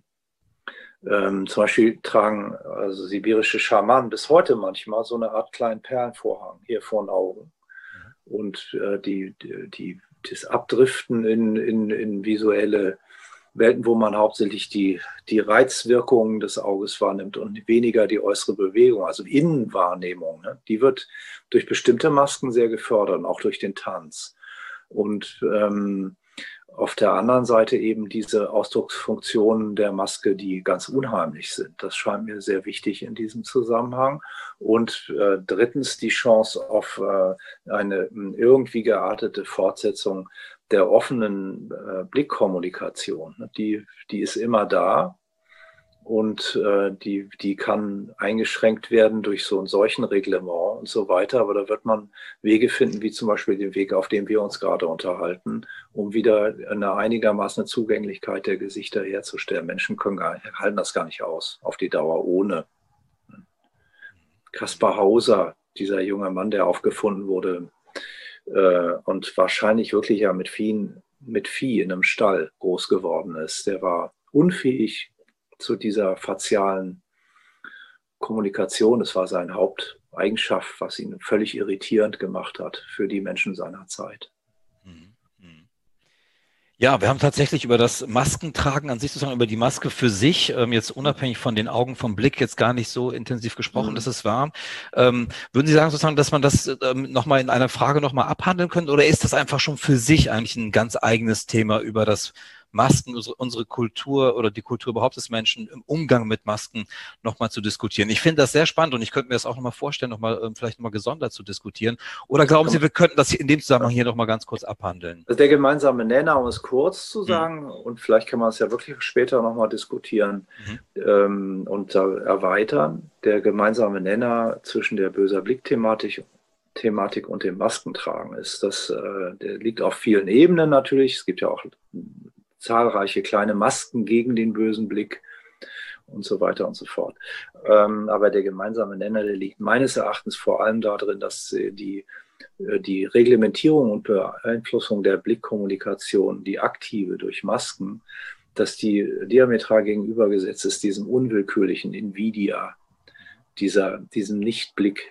Ähm, zum Beispiel tragen also sibirische Schamanen bis heute manchmal so eine Art kleinen Perlenvorhang hier vor den Augen. Und äh, die, die, die, das Abdriften in, in, in visuelle Welten, wo man hauptsächlich die, die Reizwirkungen des Auges wahrnimmt und weniger die äußere Bewegung, also Innenwahrnehmung, ne? Die wird durch bestimmte Masken sehr gefördert, auch durch den Tanz. Und ähm, auf der anderen Seite eben diese Ausdrucksfunktionen der Maske, die ganz unheimlich sind. Das scheint mir sehr wichtig in diesem Zusammenhang. Und äh, drittens die Chance auf äh, eine irgendwie geartete Fortsetzung der offenen äh, Blickkommunikation. Die, die ist immer da. Und äh, die, die kann eingeschränkt werden durch so ein Seuchenreglement und so weiter. Aber da wird man Wege finden, wie zum Beispiel den Weg, auf dem wir uns gerade unterhalten, um wieder eine einigermaßen Zugänglichkeit der Gesichter herzustellen. Menschen können gar, halten das gar nicht aus, auf die Dauer ohne. Kaspar Hauser, dieser junge Mann, der aufgefunden wurde äh, und wahrscheinlich wirklich ja mit Vieh, mit Vieh in einem Stall groß geworden ist, der war unfähig, zu dieser facialen Kommunikation, das war seine Haupteigenschaft, was ihn völlig irritierend gemacht hat für die Menschen seiner Zeit. Ja, wir haben tatsächlich über das Maskentragen an sich, sozusagen über die Maske für sich, ähm, jetzt unabhängig von den Augen, vom Blick, jetzt gar nicht so intensiv gesprochen, mhm. dass es war. Ähm, würden Sie sagen, sozusagen, dass man das ähm, nochmal in einer Frage nochmal abhandeln könnte, oder ist das einfach schon für sich eigentlich ein ganz eigenes Thema über das Masken, unsere, unsere Kultur oder die Kultur überhaupt des Menschen im Umgang mit Masken nochmal zu diskutieren? Ich finde das sehr spannend und ich könnte mir das auch nochmal vorstellen, nochmal ähm, vielleicht nochmal gesondert zu diskutieren. Oder glauben Sie, wir könnten das in dem Zusammenhang hier nochmal ganz kurz abhandeln? Also der gemeinsame Nenner, um es kurz zu sagen, mhm. und vielleicht kann man es ja wirklich später nochmal diskutieren mhm. ähm, und äh, erweitern, der gemeinsame Nenner zwischen der böser Blick-Thematik Thematik und dem Maskentragen ist. Das äh, der liegt auf vielen Ebenen natürlich. Es gibt ja auch zahlreiche kleine Masken gegen den bösen Blick und so weiter und so fort. Ähm, aber der gemeinsame Nenner, der liegt meines Erachtens vor allem darin, dass die, die Reglementierung und Beeinflussung der Blickkommunikation, die aktive durch Masken, dass die diametral gegenübergesetzt ist diesem unwillkürlichen Invidia, dieser, diesem Nichtblick,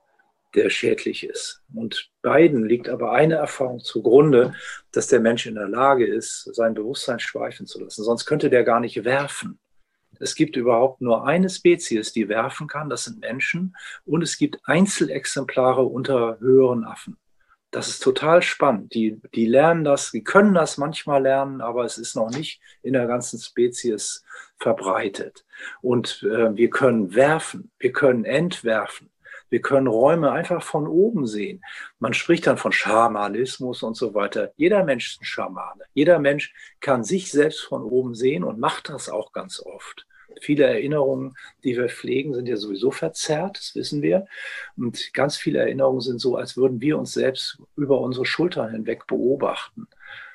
der schädlich ist. Und beiden liegt aber eine Erfahrung zugrunde, dass der Mensch in der Lage ist, sein Bewusstsein schweifen zu lassen. Sonst könnte der gar nicht werfen. Es gibt überhaupt nur eine Spezies, die werfen kann, das sind Menschen. Und es gibt Einzelexemplare unter höheren Affen. Das ist total spannend. Die, die lernen das, die können das manchmal lernen, aber es ist noch nicht in der ganzen Spezies verbreitet. Und äh, wir können werfen, wir können entwerfen. Wir können Räume einfach von oben sehen. Man spricht dann von Schamanismus und so weiter. Jeder Mensch ist ein Schamane. Jeder Mensch kann sich selbst von oben sehen und macht das auch ganz oft. Viele Erinnerungen, die wir pflegen, sind ja sowieso verzerrt, das wissen wir. Und ganz viele Erinnerungen sind so, als würden wir uns selbst über unsere Schultern hinweg beobachten.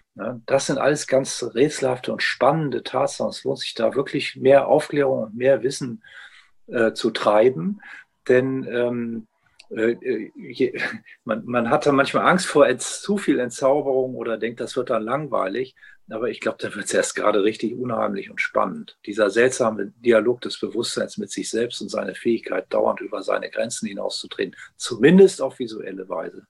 Das sind alles ganz rätselhafte und spannende Tatsachen. Es lohnt sich da wirklich mehr Aufklärung und mehr Wissen äh, zu treiben. Denn ähm, äh, je, man, man hat da manchmal Angst vor ent, zu viel Entzauberung oder denkt, das wird dann langweilig. Aber ich glaube, da wird es erst gerade richtig unheimlich und spannend. Dieser seltsame Dialog des Bewusstseins mit sich selbst und seine Fähigkeit, dauernd über seine Grenzen hinauszutreten, zumindest auf visuelle Weise.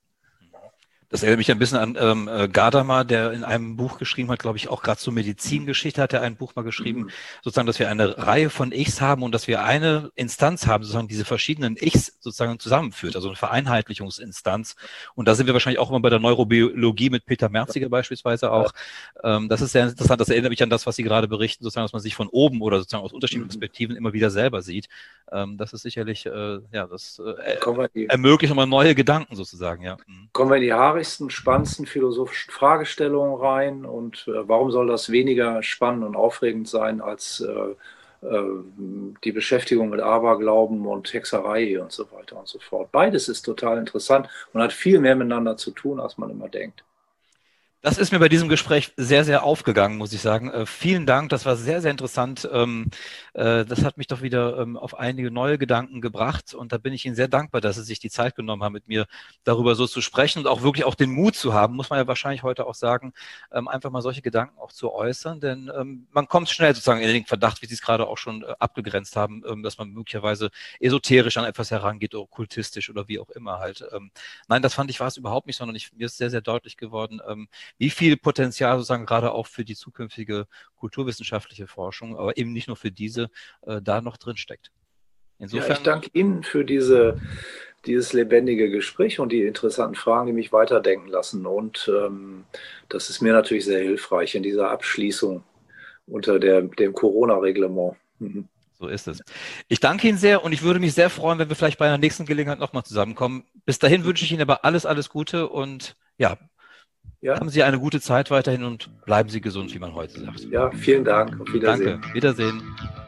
Das erinnert mich ein bisschen an ähm, Gadamer, der in einem Buch geschrieben hat, glaube ich, auch gerade zur Medizingeschichte hat er ein Buch mal geschrieben, mhm. sozusagen, dass wir eine Reihe von Ichs haben und dass wir eine Instanz haben, sozusagen diese verschiedenen Ichs sozusagen zusammenführt, also eine Vereinheitlichungsinstanz. Und da sind wir wahrscheinlich auch immer bei der Neurobiologie mit Peter Merziger beispielsweise auch. Ähm, das ist sehr interessant, das erinnert mich an das, was Sie gerade berichten, sozusagen, dass man sich von oben oder sozusagen aus unterschiedlichen mhm. Perspektiven immer wieder selber sieht. Ähm, das ist sicherlich, äh, ja, das äh, ermöglicht nochmal neue Gedanken sozusagen, ja. Mhm. Kommen wir in die Haare. Spannendsten philosophischen Fragestellungen rein und äh, warum soll das weniger spannend und aufregend sein als äh, äh, die Beschäftigung mit Aberglauben und Hexerei und so weiter und so fort. Beides ist total interessant und hat viel mehr miteinander zu tun, als man immer denkt. Das ist mir bei diesem Gespräch sehr, sehr aufgegangen, muss ich sagen. Äh, vielen Dank, das war sehr, sehr interessant. Ähm, äh, das hat mich doch wieder ähm, auf einige neue Gedanken gebracht und da bin ich Ihnen sehr dankbar, dass Sie sich die Zeit genommen haben, mit mir darüber so zu sprechen und auch wirklich auch den Mut zu haben, muss man ja wahrscheinlich heute auch sagen, ähm, einfach mal solche Gedanken auch zu äußern, denn ähm, man kommt schnell sozusagen in den Verdacht, wie Sie es gerade auch schon äh, abgegrenzt haben, ähm, dass man möglicherweise esoterisch an etwas herangeht, oder okkultistisch oder wie auch immer halt. Ähm, nein, das fand ich war es überhaupt nicht, sondern ich, mir ist sehr, sehr deutlich geworden, ähm, wie viel Potenzial sozusagen gerade auch für die zukünftige kulturwissenschaftliche Forschung, aber eben nicht nur für diese, äh, da noch drin steckt. Insofern, ja, ich danke Ihnen für diese, dieses lebendige Gespräch und die interessanten Fragen, die mich weiterdenken lassen. Und ähm, das ist mir natürlich sehr hilfreich in dieser Abschließung unter der, dem Corona-Reglement. Mhm. So ist es. Ich danke Ihnen sehr und ich würde mich sehr freuen, wenn wir vielleicht bei einer nächsten Gelegenheit nochmal zusammenkommen. Bis dahin wünsche ich Ihnen aber alles, alles Gute und ja, Ja. Haben Sie eine gute Zeit weiterhin und bleiben Sie gesund, wie man heute sagt. Ja, vielen Dank. Auf Wiedersehen. Danke. Wiedersehen.